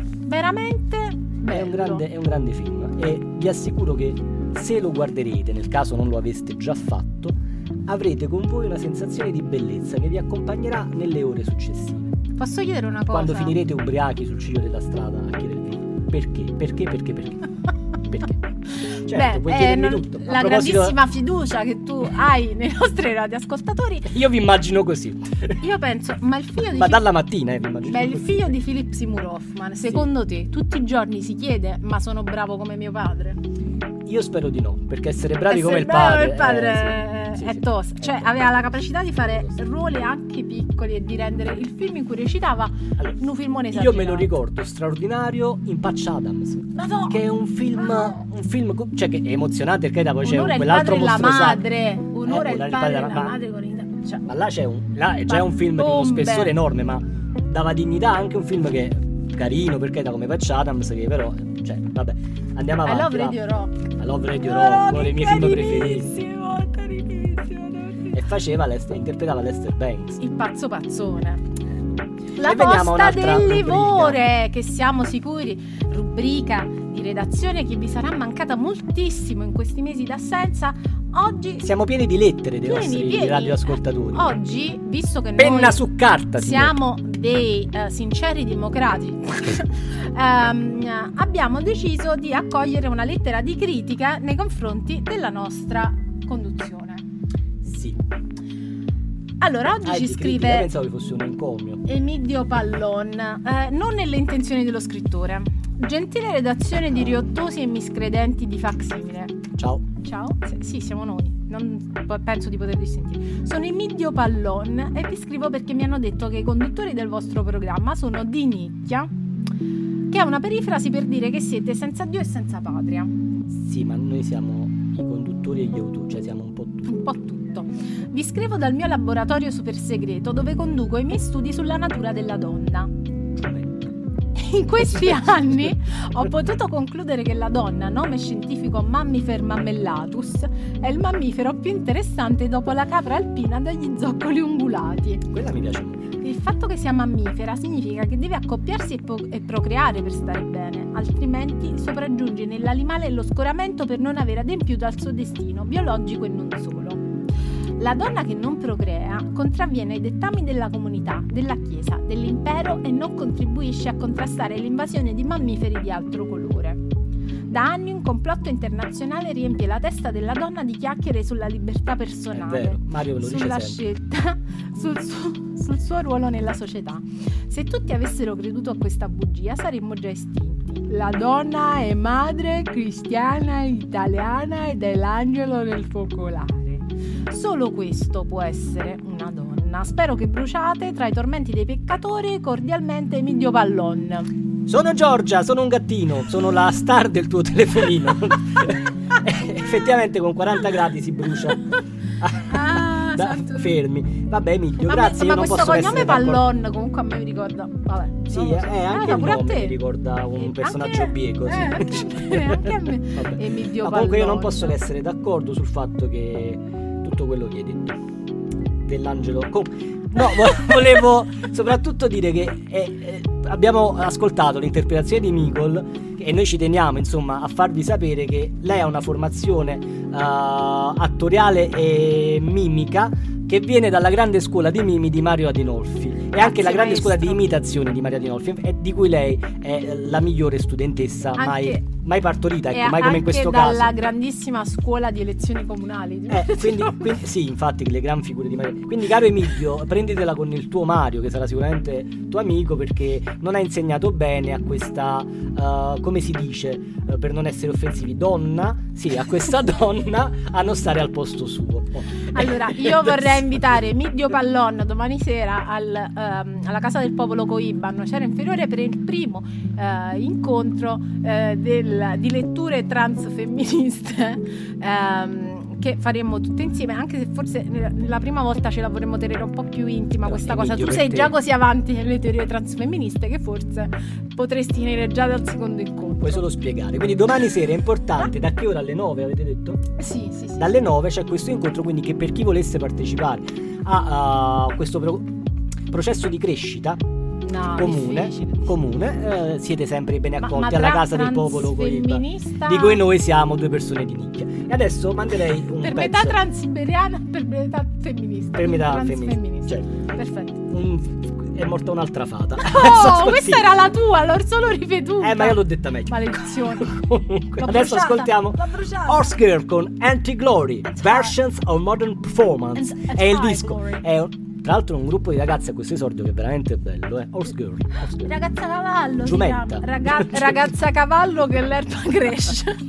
[SPEAKER 3] bello.
[SPEAKER 2] È un grande film e vi assicuro che se lo guarderete, nel caso non lo aveste già fatto, avrete con voi una sensazione di bellezza che vi accompagnerà nelle ore successive.
[SPEAKER 3] Posso chiedere una cosa?
[SPEAKER 2] Quando finirete ubriachi sul ciglio della strada a chiedervi perché? Certo, puoi chiedermi tutto.
[SPEAKER 3] La grandissima fiducia che tu hai nei nostri radioascoltatori.
[SPEAKER 2] Io vi immagino così.
[SPEAKER 3] Io penso, ma il figlio di
[SPEAKER 2] dalla mattina vi immagino.
[SPEAKER 3] Ma il figlio di Philip Seymour Hoffman, secondo te, tutti i giorni si chiede: ma sono bravo come mio padre?
[SPEAKER 2] Io spero di no, perché essere bravi come il padre
[SPEAKER 3] è tosta. Cioè, aveva la capacità di fare ruoli anche piccoli e di rendere il film in cui recitava un filmone esagerato.
[SPEAKER 2] Io me lo ricordo straordinario in Patch Adams, che è un film cioè che è emozionante, perché poi c'è quell'altro mostro
[SPEAKER 3] un'ora il padre e la madre con
[SPEAKER 2] cioè, ma là è già un film di uno spessore enorme, ma dava dignità anche un film che è carino, perché da come Patch Adams, che però cioè vabbè, andiamo avanti.
[SPEAKER 3] I Love Radio Rock.
[SPEAKER 2] I Love Radio Rock, uno dei miei film preferiti. E interpretava Lester Banks,
[SPEAKER 3] il pazzone. La posta del livore, che siamo sicuri, rubrica di redazione che vi sarà mancata moltissimo in questi mesi d'assenza. Oggi
[SPEAKER 2] siamo pieni di lettere dei nostri radioascoltatori.
[SPEAKER 3] Oggi, visto che
[SPEAKER 2] penna
[SPEAKER 3] noi
[SPEAKER 2] su carta,
[SPEAKER 3] siamo dei sinceri democratici, abbiamo deciso di accogliere una lettera di critica nei confronti della nostra conduzione.
[SPEAKER 2] Sì.
[SPEAKER 3] Allora, oggi ci scrive.
[SPEAKER 2] Io pensavo che fosse un encomio.
[SPEAKER 3] Emidio Pallon, non nelle intenzioni dello scrittore. Gentile redazione di riottosi e miscredenti di Facsimile.
[SPEAKER 2] Ciao.
[SPEAKER 3] Sì, siamo noi. Non penso di potervi sentire. Sono Emidio Pallon e vi scrivo perché mi hanno detto che i conduttori del vostro programma sono di nicchia, che è una perifrasi per dire che siete senza Dio e senza patria.
[SPEAKER 2] Sì, ma noi siamo i conduttori e gli autori, cioè siamo un po' tutti.
[SPEAKER 3] Vi scrivo dal mio laboratorio super segreto dove conduco i miei studi sulla natura della donna. In questi anni ho potuto concludere che la donna, nome scientifico Mammifer mammellatus, è il mammifero più interessante dopo la capra alpina dagli zoccoli ungulati.
[SPEAKER 2] Quella mi piace molto.
[SPEAKER 3] Il fatto che sia mammifera significa che deve accoppiarsi e procreare per stare bene, altrimenti sopraggiunge nell'animale lo scoramento per non aver adempiuto al suo destino biologico e non solo. La donna che non procrea contravviene ai dettami della comunità, della Chiesa, dell'impero e non contribuisce a contrastare l'invasione di mammiferi di altro colore. Da anni un complotto internazionale riempie la testa della donna di chiacchiere sulla libertà personale,
[SPEAKER 2] è vero, Mario lo
[SPEAKER 3] sulla
[SPEAKER 2] dice
[SPEAKER 3] scelta, sul suo ruolo nella società. Se tutti avessero creduto a questa bugia saremmo già estinti. La donna è madre cristiana italiana ed è l'angelo del focolare. Solo questo può essere una donna. Spero che bruciate tra i tormenti dei peccatori. Cordialmente Emidio Pallon.
[SPEAKER 2] Sono Giorgia, sono un gattino, sono la star del tuo telefonino. Effettivamente con 40 gradi si brucia. Fermi. Vabbè Emilio, grazie.
[SPEAKER 3] Ma
[SPEAKER 2] io non
[SPEAKER 3] questo
[SPEAKER 2] posso
[SPEAKER 3] cognome Pallon comunque a me mi ricorda. Vabbè.
[SPEAKER 2] Sì, anche il nome mi ricorda un personaggio bieco. Sì.
[SPEAKER 3] Anche a me. Emilio Pallon.
[SPEAKER 2] Comunque io non posso che essere d'accordo sul fatto che tutto quello che hai detto dell'angelo. No, volevo soprattutto dire che abbiamo ascoltato l'interpretazione di Micol e noi ci teniamo insomma a farvi sapere che lei ha una formazione attoriale e mimica che viene dalla grande scuola di mimi di Mario Adinolfi e anche la grande scuola di imitazione di Mario Adinolfi, di cui lei è la migliore studentessa mai partorita, ecco, mai come in questo caso.
[SPEAKER 3] E dalla grandissima scuola di elezioni comunali.
[SPEAKER 2] Quindi sì, infatti, le gran figure di Mario. Quindi caro Emilio, prenditela con il tuo Mario, che sarà sicuramente tuo amico, perché non ha insegnato bene a questa, come si dice, per non essere offensivi, donna, sì, a questa donna a non stare al posto suo.
[SPEAKER 3] Allora, io vorrei invitare Emidio Pallon domani sera alla Casa del Popolo Coiba, a Nocera Inferiore, per il primo incontro di letture transfemministe che faremo tutte insieme, anche se forse la prima volta ce la vorremmo tenere un po' più intima. Però questa cosa, tu sei già così avanti nelle teorie transfemministe che forse potresti tenere già dal secondo incontro.
[SPEAKER 2] Puoi solo spiegare. Quindi domani sera è importante, da che ora? Alle 9 avete detto?
[SPEAKER 3] Sì.
[SPEAKER 2] Dalle 9 c'è questo incontro, quindi che per chi volesse partecipare a questo processo di crescita comune, siete sempre ben accolti alla Casa del Popolo Coiba, di cui noi siamo due persone di nicchia. E adesso manderei un
[SPEAKER 3] per
[SPEAKER 2] pezzo
[SPEAKER 3] metà transiberiana, per metà femminista.
[SPEAKER 2] Per metà femminista, cioè,
[SPEAKER 3] perfetto.
[SPEAKER 2] È morta un'altra fata.
[SPEAKER 3] Questa era la tua, l'ho solo ripetuta.
[SPEAKER 2] Ma io l'ho detta meglio.
[SPEAKER 3] Maledizione.
[SPEAKER 2] Comunque, adesso ascoltiamo Horse Girl con Anti-Glory, Versions of Modern Performance. È il disco. Tra l'altro un gruppo di ragazze a questo esordio che è veramente bello, Horse Girl.
[SPEAKER 3] Ragazza cavallo.
[SPEAKER 2] Giumenta.
[SPEAKER 3] Ragazza cavallo che l'erba cresce.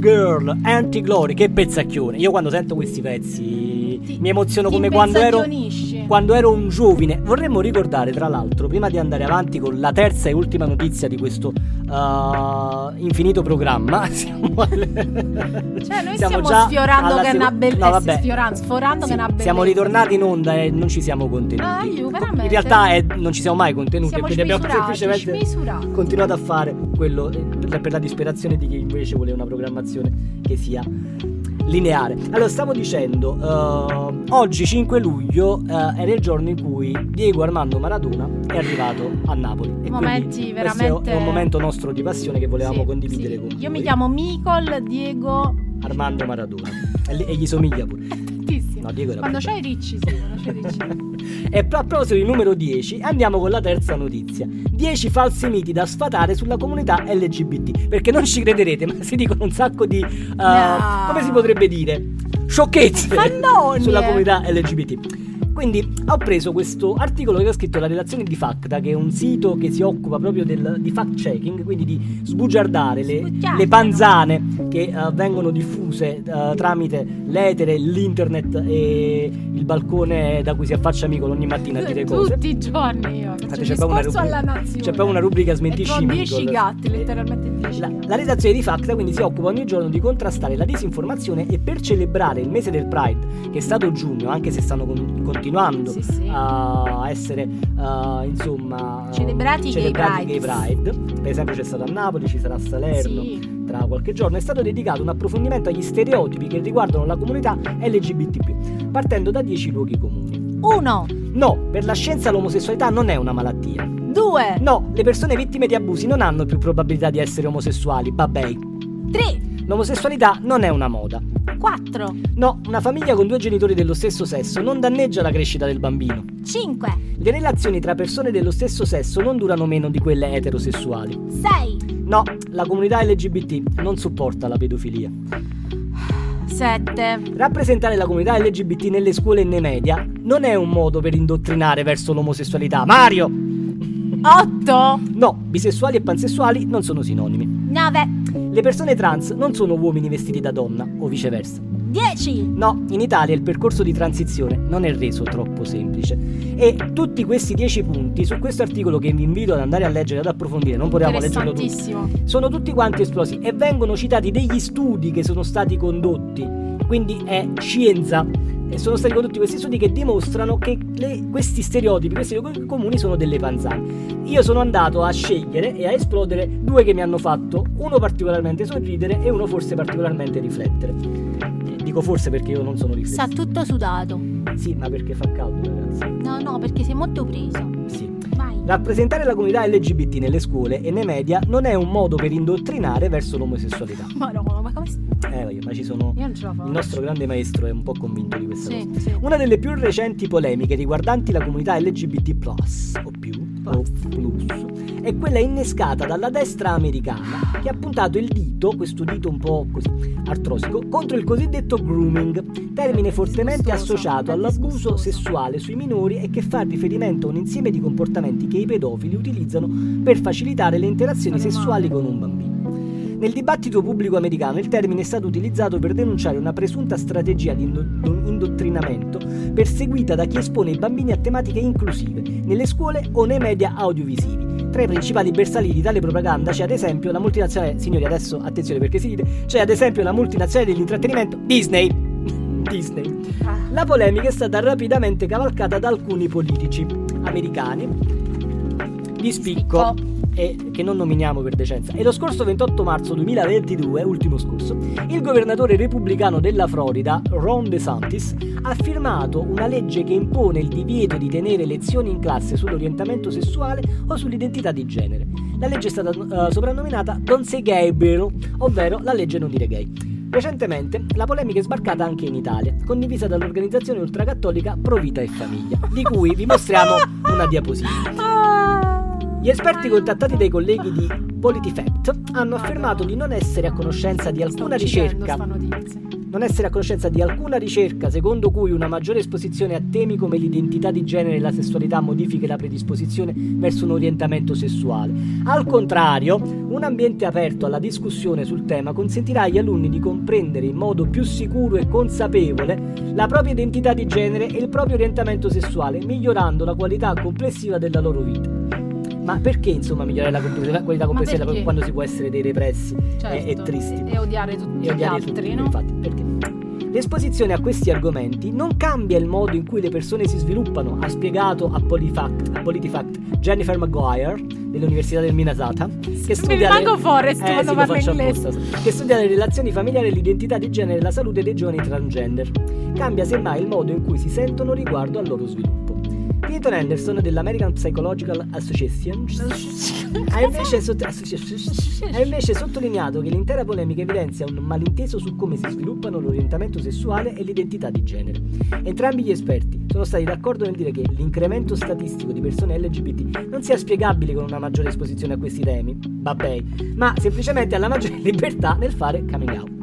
[SPEAKER 2] Girl, Anti-Glory, che pezzacchione. Io quando sento questi pezzi mi emoziono come quando ero un giovane. Vorremmo ricordare, tra l'altro, prima di andare avanti con la terza e ultima notizia di questo infinito programma,
[SPEAKER 3] noi stiamo sfiorando che è una bellezza, sforando che è una bellezza.
[SPEAKER 2] Siamo ritornati in onda e non ci siamo contenuti. In realtà non ci siamo mai contenuti, perché abbiamo semplicemente continuato a fare quello per la disperazione di chi invece vuole una programmazione che sia lineare. Allora, stavo dicendo, oggi 5 luglio era il giorno in cui Diego Armando Maradona è arrivato a Napoli. E
[SPEAKER 3] momenti veramente...
[SPEAKER 2] questo è un momento nostro di passione che volevamo condividere con voi.
[SPEAKER 3] Io mi chiamo Micol Diego
[SPEAKER 2] Armando Maradona e gli somiglia pure.
[SPEAKER 3] No, Diego era quando c'hai ricci,
[SPEAKER 2] E a proposito di numero 10, andiamo con la terza notizia. 10 falsi miti da sfatare sulla comunità LGBT. Perché non ci crederete, ma si dicono un sacco di come si potrebbe dire, sciocchezze sulla comunità LGBT. Quindi ho preso questo articolo che ho scritto la redazione di Facta, che è un sito che si occupa proprio di fact checking, quindi di sbugiardare le panzane che vengono diffuse tramite l'etere, l'internet e il balcone da cui si affaccia Micol ogni mattina a dire cose.
[SPEAKER 3] Tutti i giorni io
[SPEAKER 2] c'è proprio una rubrica smentisci Micol.
[SPEAKER 3] 10 gatti, letteralmente 10.
[SPEAKER 2] La redazione di Facta quindi si occupa ogni giorno di contrastare la disinformazione, e per celebrare il mese del Pride, che è stato giugno, anche se stanno continuando a essere
[SPEAKER 3] celebrati Gay
[SPEAKER 2] Pride. Per esempio c'è stato a Napoli, ci sarà a Salerno tra qualche giorno. È stato dedicato un approfondimento agli stereotipi che riguardano la comunità LGBT+, partendo da 10 luoghi comuni.
[SPEAKER 3] 1.
[SPEAKER 2] No, per la scienza l'omosessualità non è una malattia.
[SPEAKER 3] 2.
[SPEAKER 2] No, le persone vittime di abusi non hanno più probabilità di essere omosessuali. Babei.
[SPEAKER 3] 3.
[SPEAKER 2] L'omosessualità non è una moda.
[SPEAKER 3] 4.
[SPEAKER 2] No, una famiglia con 2 genitori dello stesso sesso non danneggia la crescita del bambino.
[SPEAKER 3] 5.
[SPEAKER 2] Le relazioni tra persone dello stesso sesso non durano meno di quelle eterosessuali.
[SPEAKER 3] 6.
[SPEAKER 2] No, la comunità LGBT non supporta la pedofilia.
[SPEAKER 3] 7.
[SPEAKER 2] Rappresentare la comunità LGBT nelle scuole e nei media non è un modo per indottrinare verso l'omosessualità. Mario!
[SPEAKER 3] 8.
[SPEAKER 2] No, bisessuali e pansessuali non sono sinonimi.
[SPEAKER 3] 9.
[SPEAKER 2] Le persone trans non sono uomini vestiti da donna, o viceversa.
[SPEAKER 3] 10.
[SPEAKER 2] No, in Italia il percorso di transizione non è reso troppo semplice. E tutti questi 10 punti, su questo articolo che vi invito ad andare a leggere e ad approfondire, non potevamo leggerlo tutti, sono tutti quanti esplosi e vengono citati degli studi che sono stati condotti. Quindi è scienza. E sono stati condotti questi studi che dimostrano che questi stereotipi, questi luoghi comuni sono delle panzane. Io sono andato a scegliere e a esplodere 2 che mi hanno fatto uno particolarmente sorridere e uno forse particolarmente riflettere. Dico forse perché io non sono riflessivo.
[SPEAKER 3] Sta tutto sudato.
[SPEAKER 2] Sì, ma perché fa caldo, ragazzi?
[SPEAKER 3] No, perché sei molto preso.
[SPEAKER 2] Sì.
[SPEAKER 3] Vai.
[SPEAKER 2] Rappresentare la comunità LGBT nelle scuole e nei media non è un modo per indottrinare verso l'omosessualità.
[SPEAKER 3] Ma no, ma come
[SPEAKER 2] ma ci sono.
[SPEAKER 3] Io non ce la faccio.
[SPEAKER 2] Il nostro grande maestro è un po' convinto di questa cosa.
[SPEAKER 3] Sì.
[SPEAKER 2] Una delle più recenti polemiche riguardanti la comunità LGBT+, o plus, è quella innescata dalla destra americana, che ha puntato il dito, questo dito un po' così artrosico, contro il cosiddetto grooming, termine fortemente associato all'abuso sessuale sui minori e che fa riferimento a un insieme di comportamenti che i pedofili utilizzano per facilitare le interazioni sessuali con un bambino. Nel dibattito pubblico americano il termine è stato utilizzato per denunciare una presunta strategia di indottrinamento perseguita da chi espone i bambini a tematiche inclusive nelle scuole o nei media audiovisivi. Tra i principali bersagli di tale propaganda c'è ad esempio la multinazionale, signori adesso attenzione perché si ride, c'è ad esempio la multinazionale dell'intrattenimento Disney. La polemica è stata rapidamente cavalcata da alcuni politici americani di spicco e che non nominiamo per decenza. E lo scorso 28 marzo 2022, ultimo scorso, il governatore repubblicano della Florida, Ron DeSantis, ha firmato una legge che impone il divieto di tenere lezioni in classe sull'orientamento sessuale o sull'identità di genere. La legge è stata soprannominata Don't Say Gay Bill, ovvero la legge non dire gay. Recentemente la polemica è sbarcata anche in Italia, condivisa dall'organizzazione ultracattolica Pro Vita e Famiglia, di cui vi mostriamo una diapositiva. Gli esperti contattati dai colleghi di PolitiFact hanno affermato di non essere a conoscenza di alcuna ricerca. non essere a conoscenza di alcuna ricerca secondo cui una maggiore esposizione a temi come l'identità di genere e la sessualità modifichi la predisposizione verso un orientamento sessuale. Al contrario, un ambiente aperto alla discussione sul tema consentirà agli alunni di comprendere in modo più sicuro e consapevole la propria identità di genere e il proprio orientamento sessuale, migliorando la qualità complessiva della loro vita. Ma perché insomma migliorare la qualità complessiva quando si può essere dei repressi e tristi
[SPEAKER 3] e odiare tutti gli altri, no?
[SPEAKER 2] Infatti, perché? L'esposizione a questi argomenti non cambia il modo in cui le persone si sviluppano, ha spiegato a PolitiFact Jennifer Maguire dell'Università del Minnesota, che studia che studia le relazioni familiari, l'identità di genere e la salute dei giovani transgender. Cambia semmai il modo in cui si sentono riguardo al loro sviluppo. Clinton Anderson dell'American Psychological Association ha invece sottolineato che l'intera polemica evidenzia un malinteso su come si sviluppano l'orientamento sessuale e l'identità di genere. Entrambi gli esperti sono stati d'accordo nel dire che l'incremento statistico di persone LGBT non sia spiegabile con una maggiore esposizione a questi temi, ma semplicemente alla maggiore libertà nel fare coming out.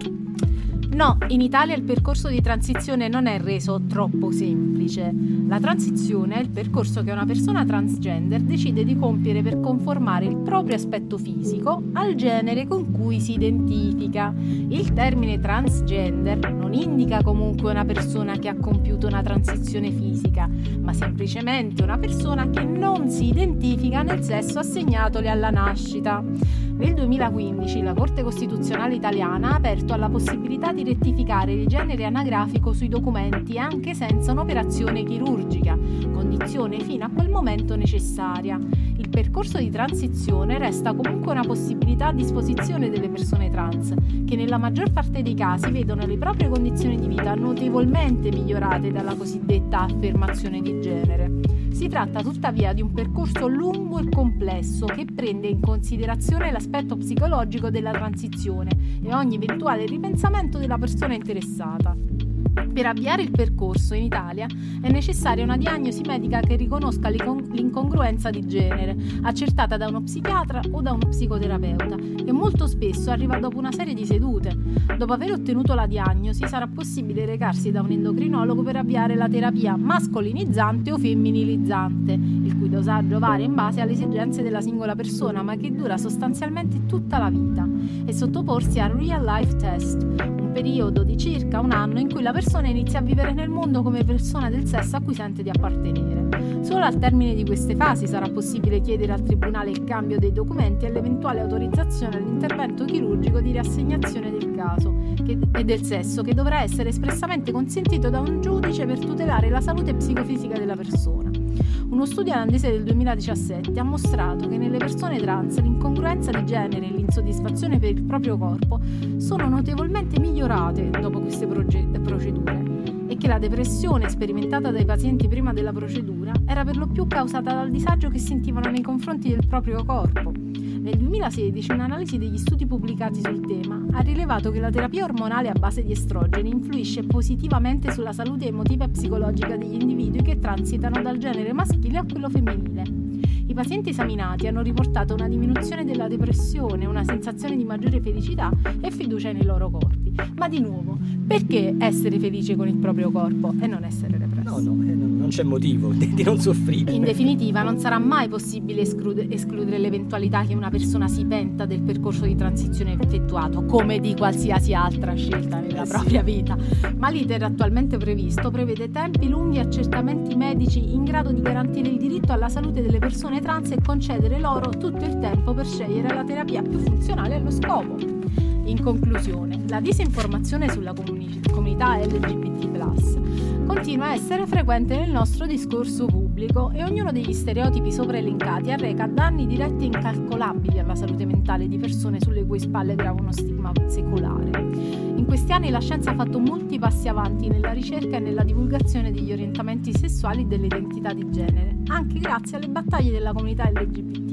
[SPEAKER 3] No, in Italia il percorso di transizione non è reso troppo semplice. La transizione è il percorso che una persona transgender decide di compiere per conformare il proprio aspetto fisico al genere con cui si identifica. Il termine transgender non indica comunque una persona che ha compiuto una transizione fisica, ma semplicemente una persona che non si identifica nel sesso assegnatole alla nascita. Nel 2015 la Corte Costituzionale italiana ha aperto alla possibilità di rettificare il genere anagrafico sui documenti anche senza un'operazione chirurgica, condizione fino a quel momento necessaria. Il percorso di transizione resta comunque una possibilità a disposizione delle persone trans, che nella maggior parte dei casi vedono le proprie condizioni di vita notevolmente migliorate dalla cosiddetta affermazione di genere. Si tratta tuttavia di un percorso lungo e complesso che prende in considerazione l'aspetto psicologico della transizione e ogni eventuale ripensamento della persona interessata. Per avviare il percorso in Italia è necessaria una diagnosi medica che riconosca l'incongruenza di genere, accertata da uno psichiatra o da uno psicoterapeuta, che molto spesso arriva dopo una serie di sedute. Dopo aver ottenuto la diagnosi sarà possibile recarsi da un endocrinologo per avviare la terapia mascolinizzante o femminilizzante, il cui dosaggio varia in base alle esigenze della singola persona, ma che dura sostanzialmente tutta la vita, e sottoporsi a real life test, un periodo di circa un anno in cui la persona inizia a vivere nel mondo come persona del sesso a cui sente di appartenere. Solo al termine di queste fasi sarà possibile chiedere al tribunale il cambio dei documenti e l'eventuale autorizzazione all'intervento chirurgico di riassegnazione del caso e del sesso, che dovrà essere espressamente consentito da un giudice per tutelare la salute psicofisica della persona. Uno studio olandese del 2017 ha mostrato che nelle persone trans l'incongruenza di genere e l'insoddisfazione per il proprio corpo sono notevolmente migliorate dopo queste procedure e che la depressione sperimentata dai pazienti prima della procedura era per lo più causata dal disagio che sentivano nei confronti del proprio corpo. Nel 2016 un'analisi degli studi pubblicati sul tema ha rilevato che la terapia ormonale a base di estrogeni influisce positivamente sulla salute emotiva e psicologica degli individui che transitano dal genere maschile a quello femminile. I pazienti esaminati hanno riportato una diminuzione della depressione, una sensazione di maggiore felicità e fiducia nei loro corpi. Ma di nuovo, perché essere felice con il proprio corpo e non essere repressi?
[SPEAKER 2] No, non c'è motivo di non soffrire.
[SPEAKER 3] In definitiva, non sarà mai possibile escludere l'eventualità che una persona si penta del percorso di transizione effettuato, come di qualsiasi altra scelta nella propria vita. Ma l'iter attualmente previsto prevede tempi lunghi e accertamenti medici in grado di garantire il diritto alla salute delle persone trans e concedere loro tutto il tempo per scegliere la terapia più funzionale allo scopo. In conclusione, la disinformazione sulla comunità LGBT+ continua a essere frequente nel nostro discorso pubblico e ognuno degli stereotipi sopraelencati arreca danni diretti e incalcolabili alla salute mentale di persone sulle cui spalle grava uno stigma secolare. In questi anni la scienza ha fatto molti passi avanti nella ricerca e nella divulgazione degli orientamenti sessuali e delle identità di genere, anche grazie alle battaglie della comunità LGBT+,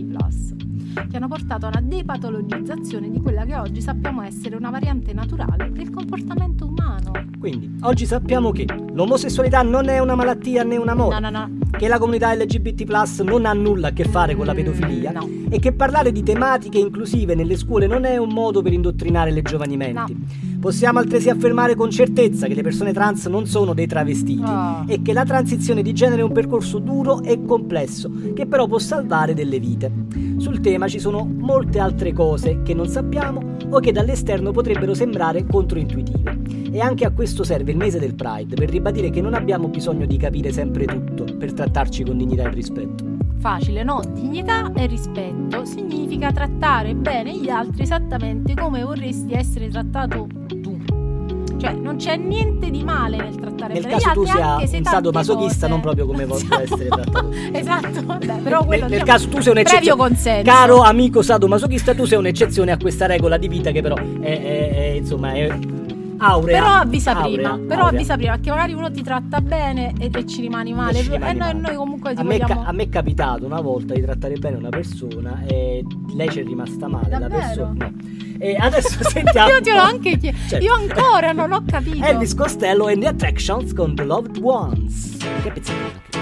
[SPEAKER 3] che hanno portato a una depatologizzazione di quella che oggi sappiamo essere una variante naturale del comportamento umano.
[SPEAKER 2] Quindi, oggi sappiamo che l'omosessualità non è una malattia né una moda,
[SPEAKER 3] no.
[SPEAKER 2] che la comunità LGBT+ non ha nulla a che fare con la pedofilia, e che parlare di tematiche inclusive nelle scuole non è un modo per indottrinare le giovani menti. Possiamo altresì affermare con certezza che le persone trans non sono dei travestiti e che la transizione di genere è un percorso duro e complesso che però può salvare delle vite. Sul tema ci sono molte altre cose che non sappiamo o che dall'esterno potrebbero sembrare controintuitive. E anche a questo serve il mese del Pride, per ribadire che non abbiamo bisogno di capire sempre tutto per trattarci con dignità e rispetto.
[SPEAKER 3] Facile, no? Dignità e rispetto significa trattare bene gli altri esattamente come vorresti essere trattato tu. Cioè non c'è niente di male nel trattare bene gli altri,
[SPEAKER 2] nel caso tu sia
[SPEAKER 3] anche se
[SPEAKER 2] un sadomasochista, non proprio come voglio essere trattato.
[SPEAKER 3] Esatto, vabbè, però quello
[SPEAKER 2] nel caso tu sei un'eccezione,
[SPEAKER 3] consenso.
[SPEAKER 2] Caro amico sadomasochista, tu sei un'eccezione a questa regola di vita che però è insomma è aurea.
[SPEAKER 3] Però avvisa prima, perché magari uno ti tratta bene e ci rimani male. Noi comunque ti vogliamo...
[SPEAKER 2] A me è capitato una volta di trattare bene una persona e lei ci è rimasta male.
[SPEAKER 3] Davvero?
[SPEAKER 2] La persona no. E adesso sentiamo.
[SPEAKER 3] Io te l'ho anche chiesto.
[SPEAKER 2] Certo.
[SPEAKER 3] Io ancora non ho capito.
[SPEAKER 2] Elvis Costello and the Attractions con The Loved Ones. Che pezzettino anche questo.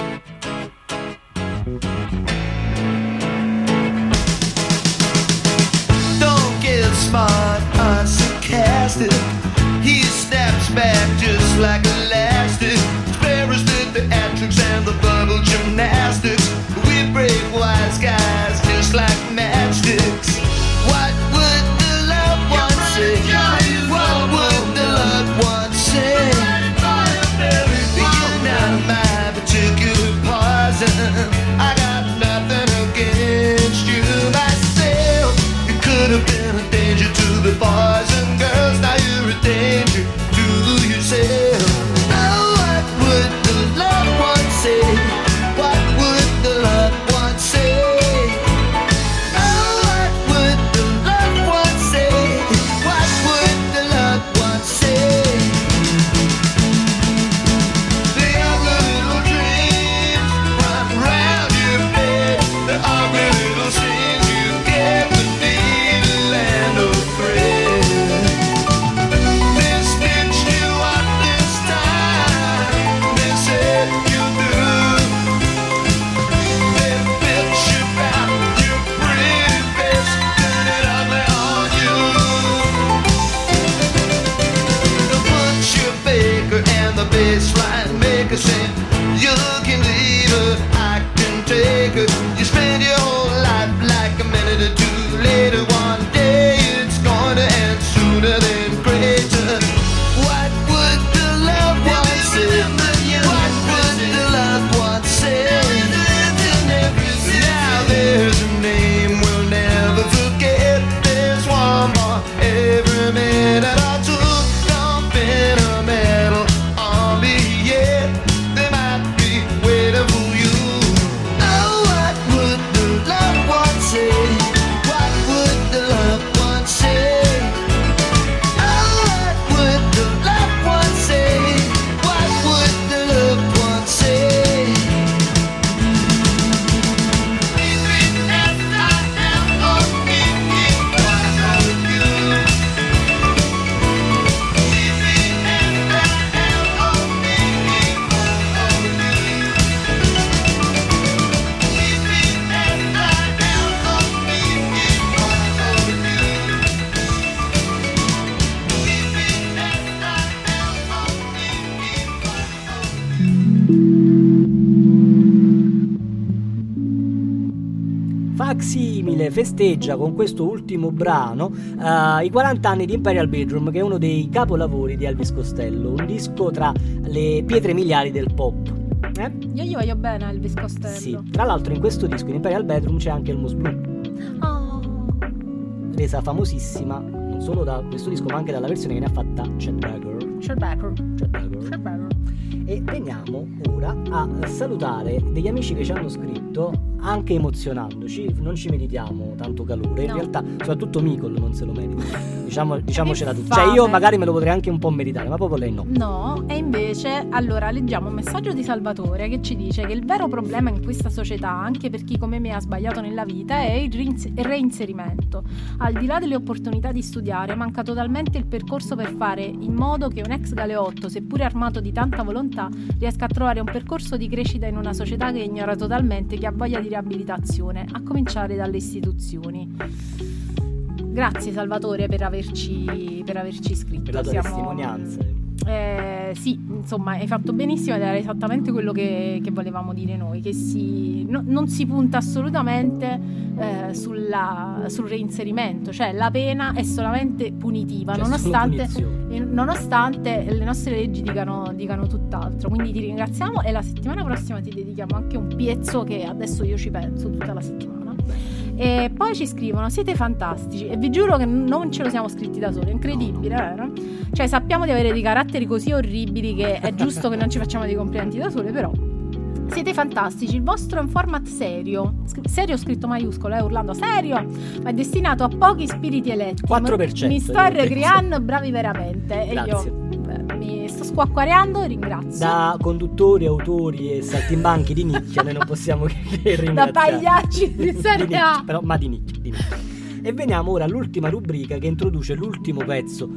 [SPEAKER 6] Don't get smart, sarcastic. He snaps back just like elastic. Sparrows did the theatrics and the bubble gymnastics. We break wise guys just like matchsticks. What would the loved one say? What would the loved one say? You're not my particular poison. I got nothing against you myself. You could have been a danger to the boys and girls. Now you're a danger to yourself. Oh, what would the loved one say? What would the loved one say? Baseline maker saying you can leave her, I can take her. You spend your whole life like a minute or two later. One day it's going to end sooner than greater. What would the loved one say? What would the loved one say? Now there's a name we'll never forget. There's one more every minute I took dumping a medal.
[SPEAKER 2] Facsimile festeggia con questo ultimo brano i 40 anni di Imperial Bedroom, che è uno dei capolavori di Elvis Costello, un disco tra le pietre miliari del pop.
[SPEAKER 3] Io gli voglio bene a Elvis Costello.
[SPEAKER 2] Sì, tra l'altro in questo disco, in Imperial Bedroom, c'è anche il Moose Blue, resa famosissima non solo da questo disco ma anche dalla versione che ne ha fatta Chet Baker. E veniamo ora a salutare degli amici che ci hanno scritto, anche emozionandoci. Non ci meritiamo tanto calore, in realtà soprattutto Micol non se lo merita, diciamocela tutta. Cioè io magari me lo potrei anche un po' meritare, ma proprio lei no.
[SPEAKER 3] E invece allora leggiamo un messaggio di Salvatore che ci dice che il vero problema in questa società, anche per chi come me ha sbagliato nella vita, è il reinserimento. Al di là delle opportunità di studiare, manca totalmente il percorso per fare in modo che un ex galeotto, seppure armato di tanta volontà, riesca a trovare un percorso di crescita in una società che ignora totalmente chi ha voglia di riabilitazione, a cominciare dalle istituzioni. Grazie Salvatore per averci scritto.
[SPEAKER 2] Per la tua testimonianza.
[SPEAKER 3] Sì, insomma, hai fatto benissimo ed era esattamente quello che volevamo dire noi, che non si punta assolutamente sul reinserimento, cioè la pena è solamente punitiva, nonostante le nostre leggi dicano tutt'altro. Quindi ti ringraziamo e la settimana prossima ti dedichiamo anche un pezzo che adesso io ci penso tutta la settimana. E poi ci scrivono: siete fantastici, e vi giuro che non ce lo siamo scritti da soli, è incredibile, vero? Cioè sappiamo di avere dei caratteri così orribili che è giusto che non ci facciamo dei complimenti da sole, però siete fantastici, il vostro è un format serio scritto maiuscolo, urlando serio, ma è destinato a pochi spiriti eletti.
[SPEAKER 2] 4%.
[SPEAKER 3] Mi sto recreando, bravi veramente.
[SPEAKER 2] Grazie.
[SPEAKER 3] E io mi sto squacquareando e ringrazio.
[SPEAKER 2] Da conduttori, autori e saltimbanchi di nicchia noi non possiamo che ringraziare.
[SPEAKER 3] Da pagliacci di serie A.
[SPEAKER 2] Però ma di nicchia. E veniamo ora all'ultima rubrica che introduce l'ultimo pezzo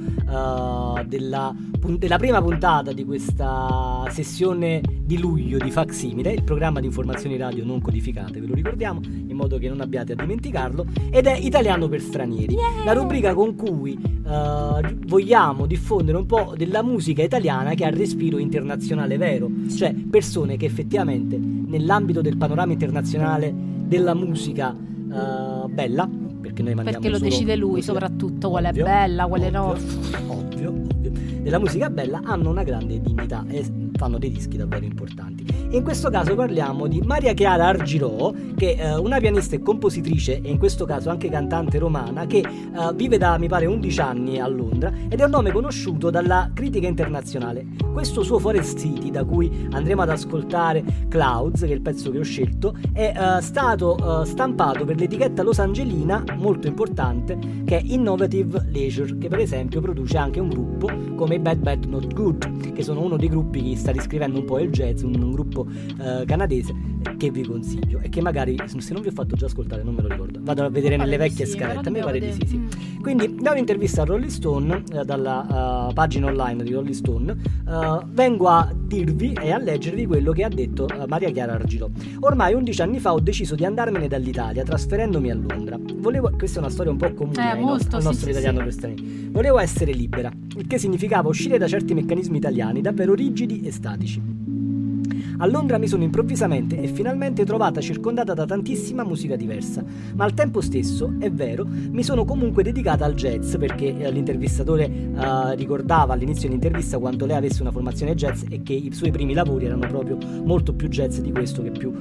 [SPEAKER 2] della prima puntata di questa sessione di luglio di Facsimile, il programma di informazioni radio non codificate, ve lo ricordiamo in modo che non abbiate a dimenticarlo, ed è Italiano per stranieri, la rubrica con cui vogliamo diffondere un po' della musica italiana che ha respiro internazionale vero, cioè persone che effettivamente nell'ambito del panorama internazionale della musica bella, perché
[SPEAKER 3] lo decide lui, soprattutto qual è bella, quale no.
[SPEAKER 2] Ovvio. Della musica bella hanno una grande dignità e fanno dei dischi davvero importanti. E in questo caso parliamo di Maria Chiara Argirò, che è una pianista e compositrice e in questo caso anche cantante romana, che vive da mi pare 11 anni a Londra ed è un nome conosciuto dalla critica internazionale. Questo suo Forest City, da cui andremo ad ascoltare Clouds, che è il pezzo che ho scelto, è stato stampato per l'etichetta losangelina molto importante che è Innovative Leisure, che per esempio produce anche un gruppo come i Bad Bad Not Good, che sono uno dei gruppi che sta riscrivendo un po' il jazz, un gruppo canadese che vi consiglio e che magari, se non vi ho fatto già ascoltare, non me lo ricordo, vado a vedere nelle vecchie scalette, a me pare di sì. Quindi da un'intervista a Rolling Stone, dalla pagina online di Rolling Stone, vengo a dirvi e a leggervi quello che ha detto Maria Chiara Argirò. Ormai 11 anni fa ho deciso di andarmene dall'Italia trasferendomi a Londra. Questa è una storia un po' comune al nostro italiano per stranieri. Volevo essere libera, il che significava uscire da certi meccanismi italiani davvero rigidi e statici. A Londra mi sono improvvisamente e finalmente trovata circondata da tantissima musica diversa, ma al tempo stesso, è vero, mi sono comunque dedicata al jazz, perché l'intervistatore ricordava all'inizio dell'intervista quanto lei avesse una formazione jazz e che i suoi primi lavori erano proprio molto più jazz di questo, che più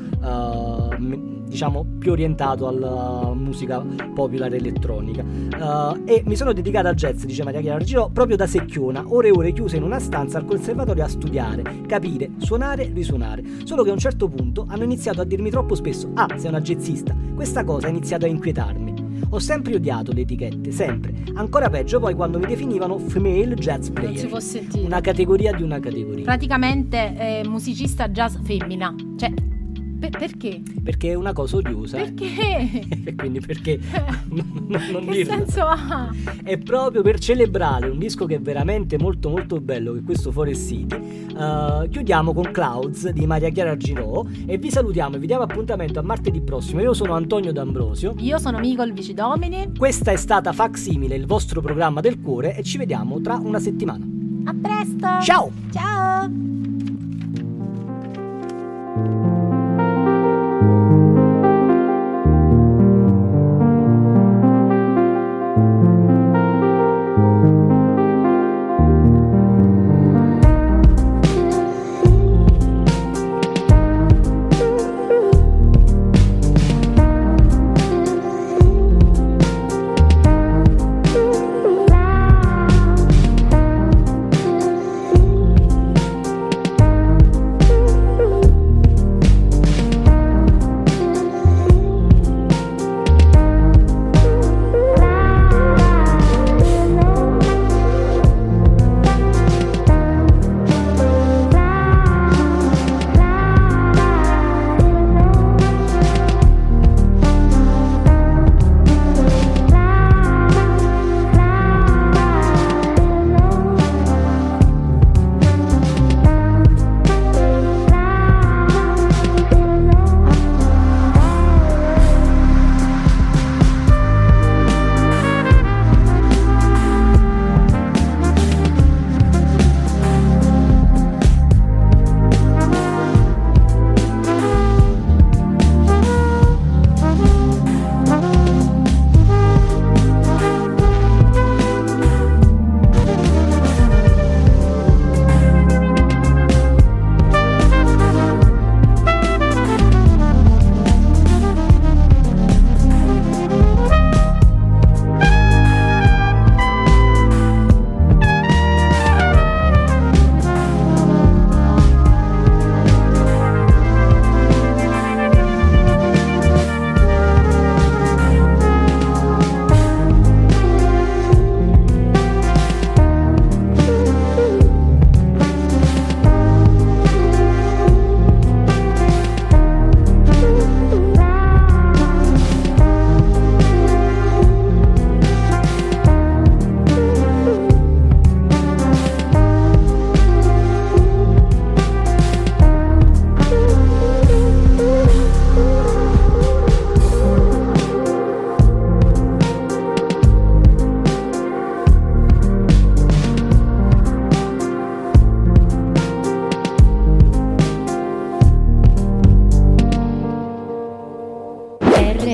[SPEAKER 2] più orientato alla musica popular elettronica, e mi sono dedicata al jazz, dice Maria Chiara Argirò, proprio da secchiona, ore e ore chiusa in una stanza al conservatorio a studiare, capire, suonare, risuonare. Solo che a un certo punto hanno iniziato a dirmi troppo spesso: ah, sei una jazzista. Questa cosa ha iniziato a inquietarmi. Ho sempre odiato le etichette, sempre. Ancora peggio poi quando mi definivano female jazz player.
[SPEAKER 3] Non si può sentire.
[SPEAKER 2] Una categoria di una categoria.
[SPEAKER 3] Praticamente musicista jazz femmina. Cioè, perché?
[SPEAKER 2] Perché è una cosa odiosa.
[SPEAKER 3] Perché?
[SPEAKER 2] E quindi perché non
[SPEAKER 3] che
[SPEAKER 2] dirlo.
[SPEAKER 3] senso ha?
[SPEAKER 2] È proprio per celebrare un disco che è veramente molto molto bello, che è questo Forest City. Chiudiamo con Clouds di Maria Chiara Argirò e vi salutiamo e vi diamo appuntamento a martedì prossimo. Io sono Antonio D'Ambrosio.
[SPEAKER 3] Io sono Micol Vicidomini.
[SPEAKER 2] Questa è stata Facsimile, il vostro programma del cuore, e ci vediamo tra una settimana.
[SPEAKER 3] A presto.
[SPEAKER 2] Ciao.
[SPEAKER 3] Ciao.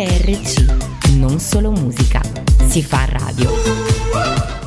[SPEAKER 7] RRC, non solo musica, si fa radio.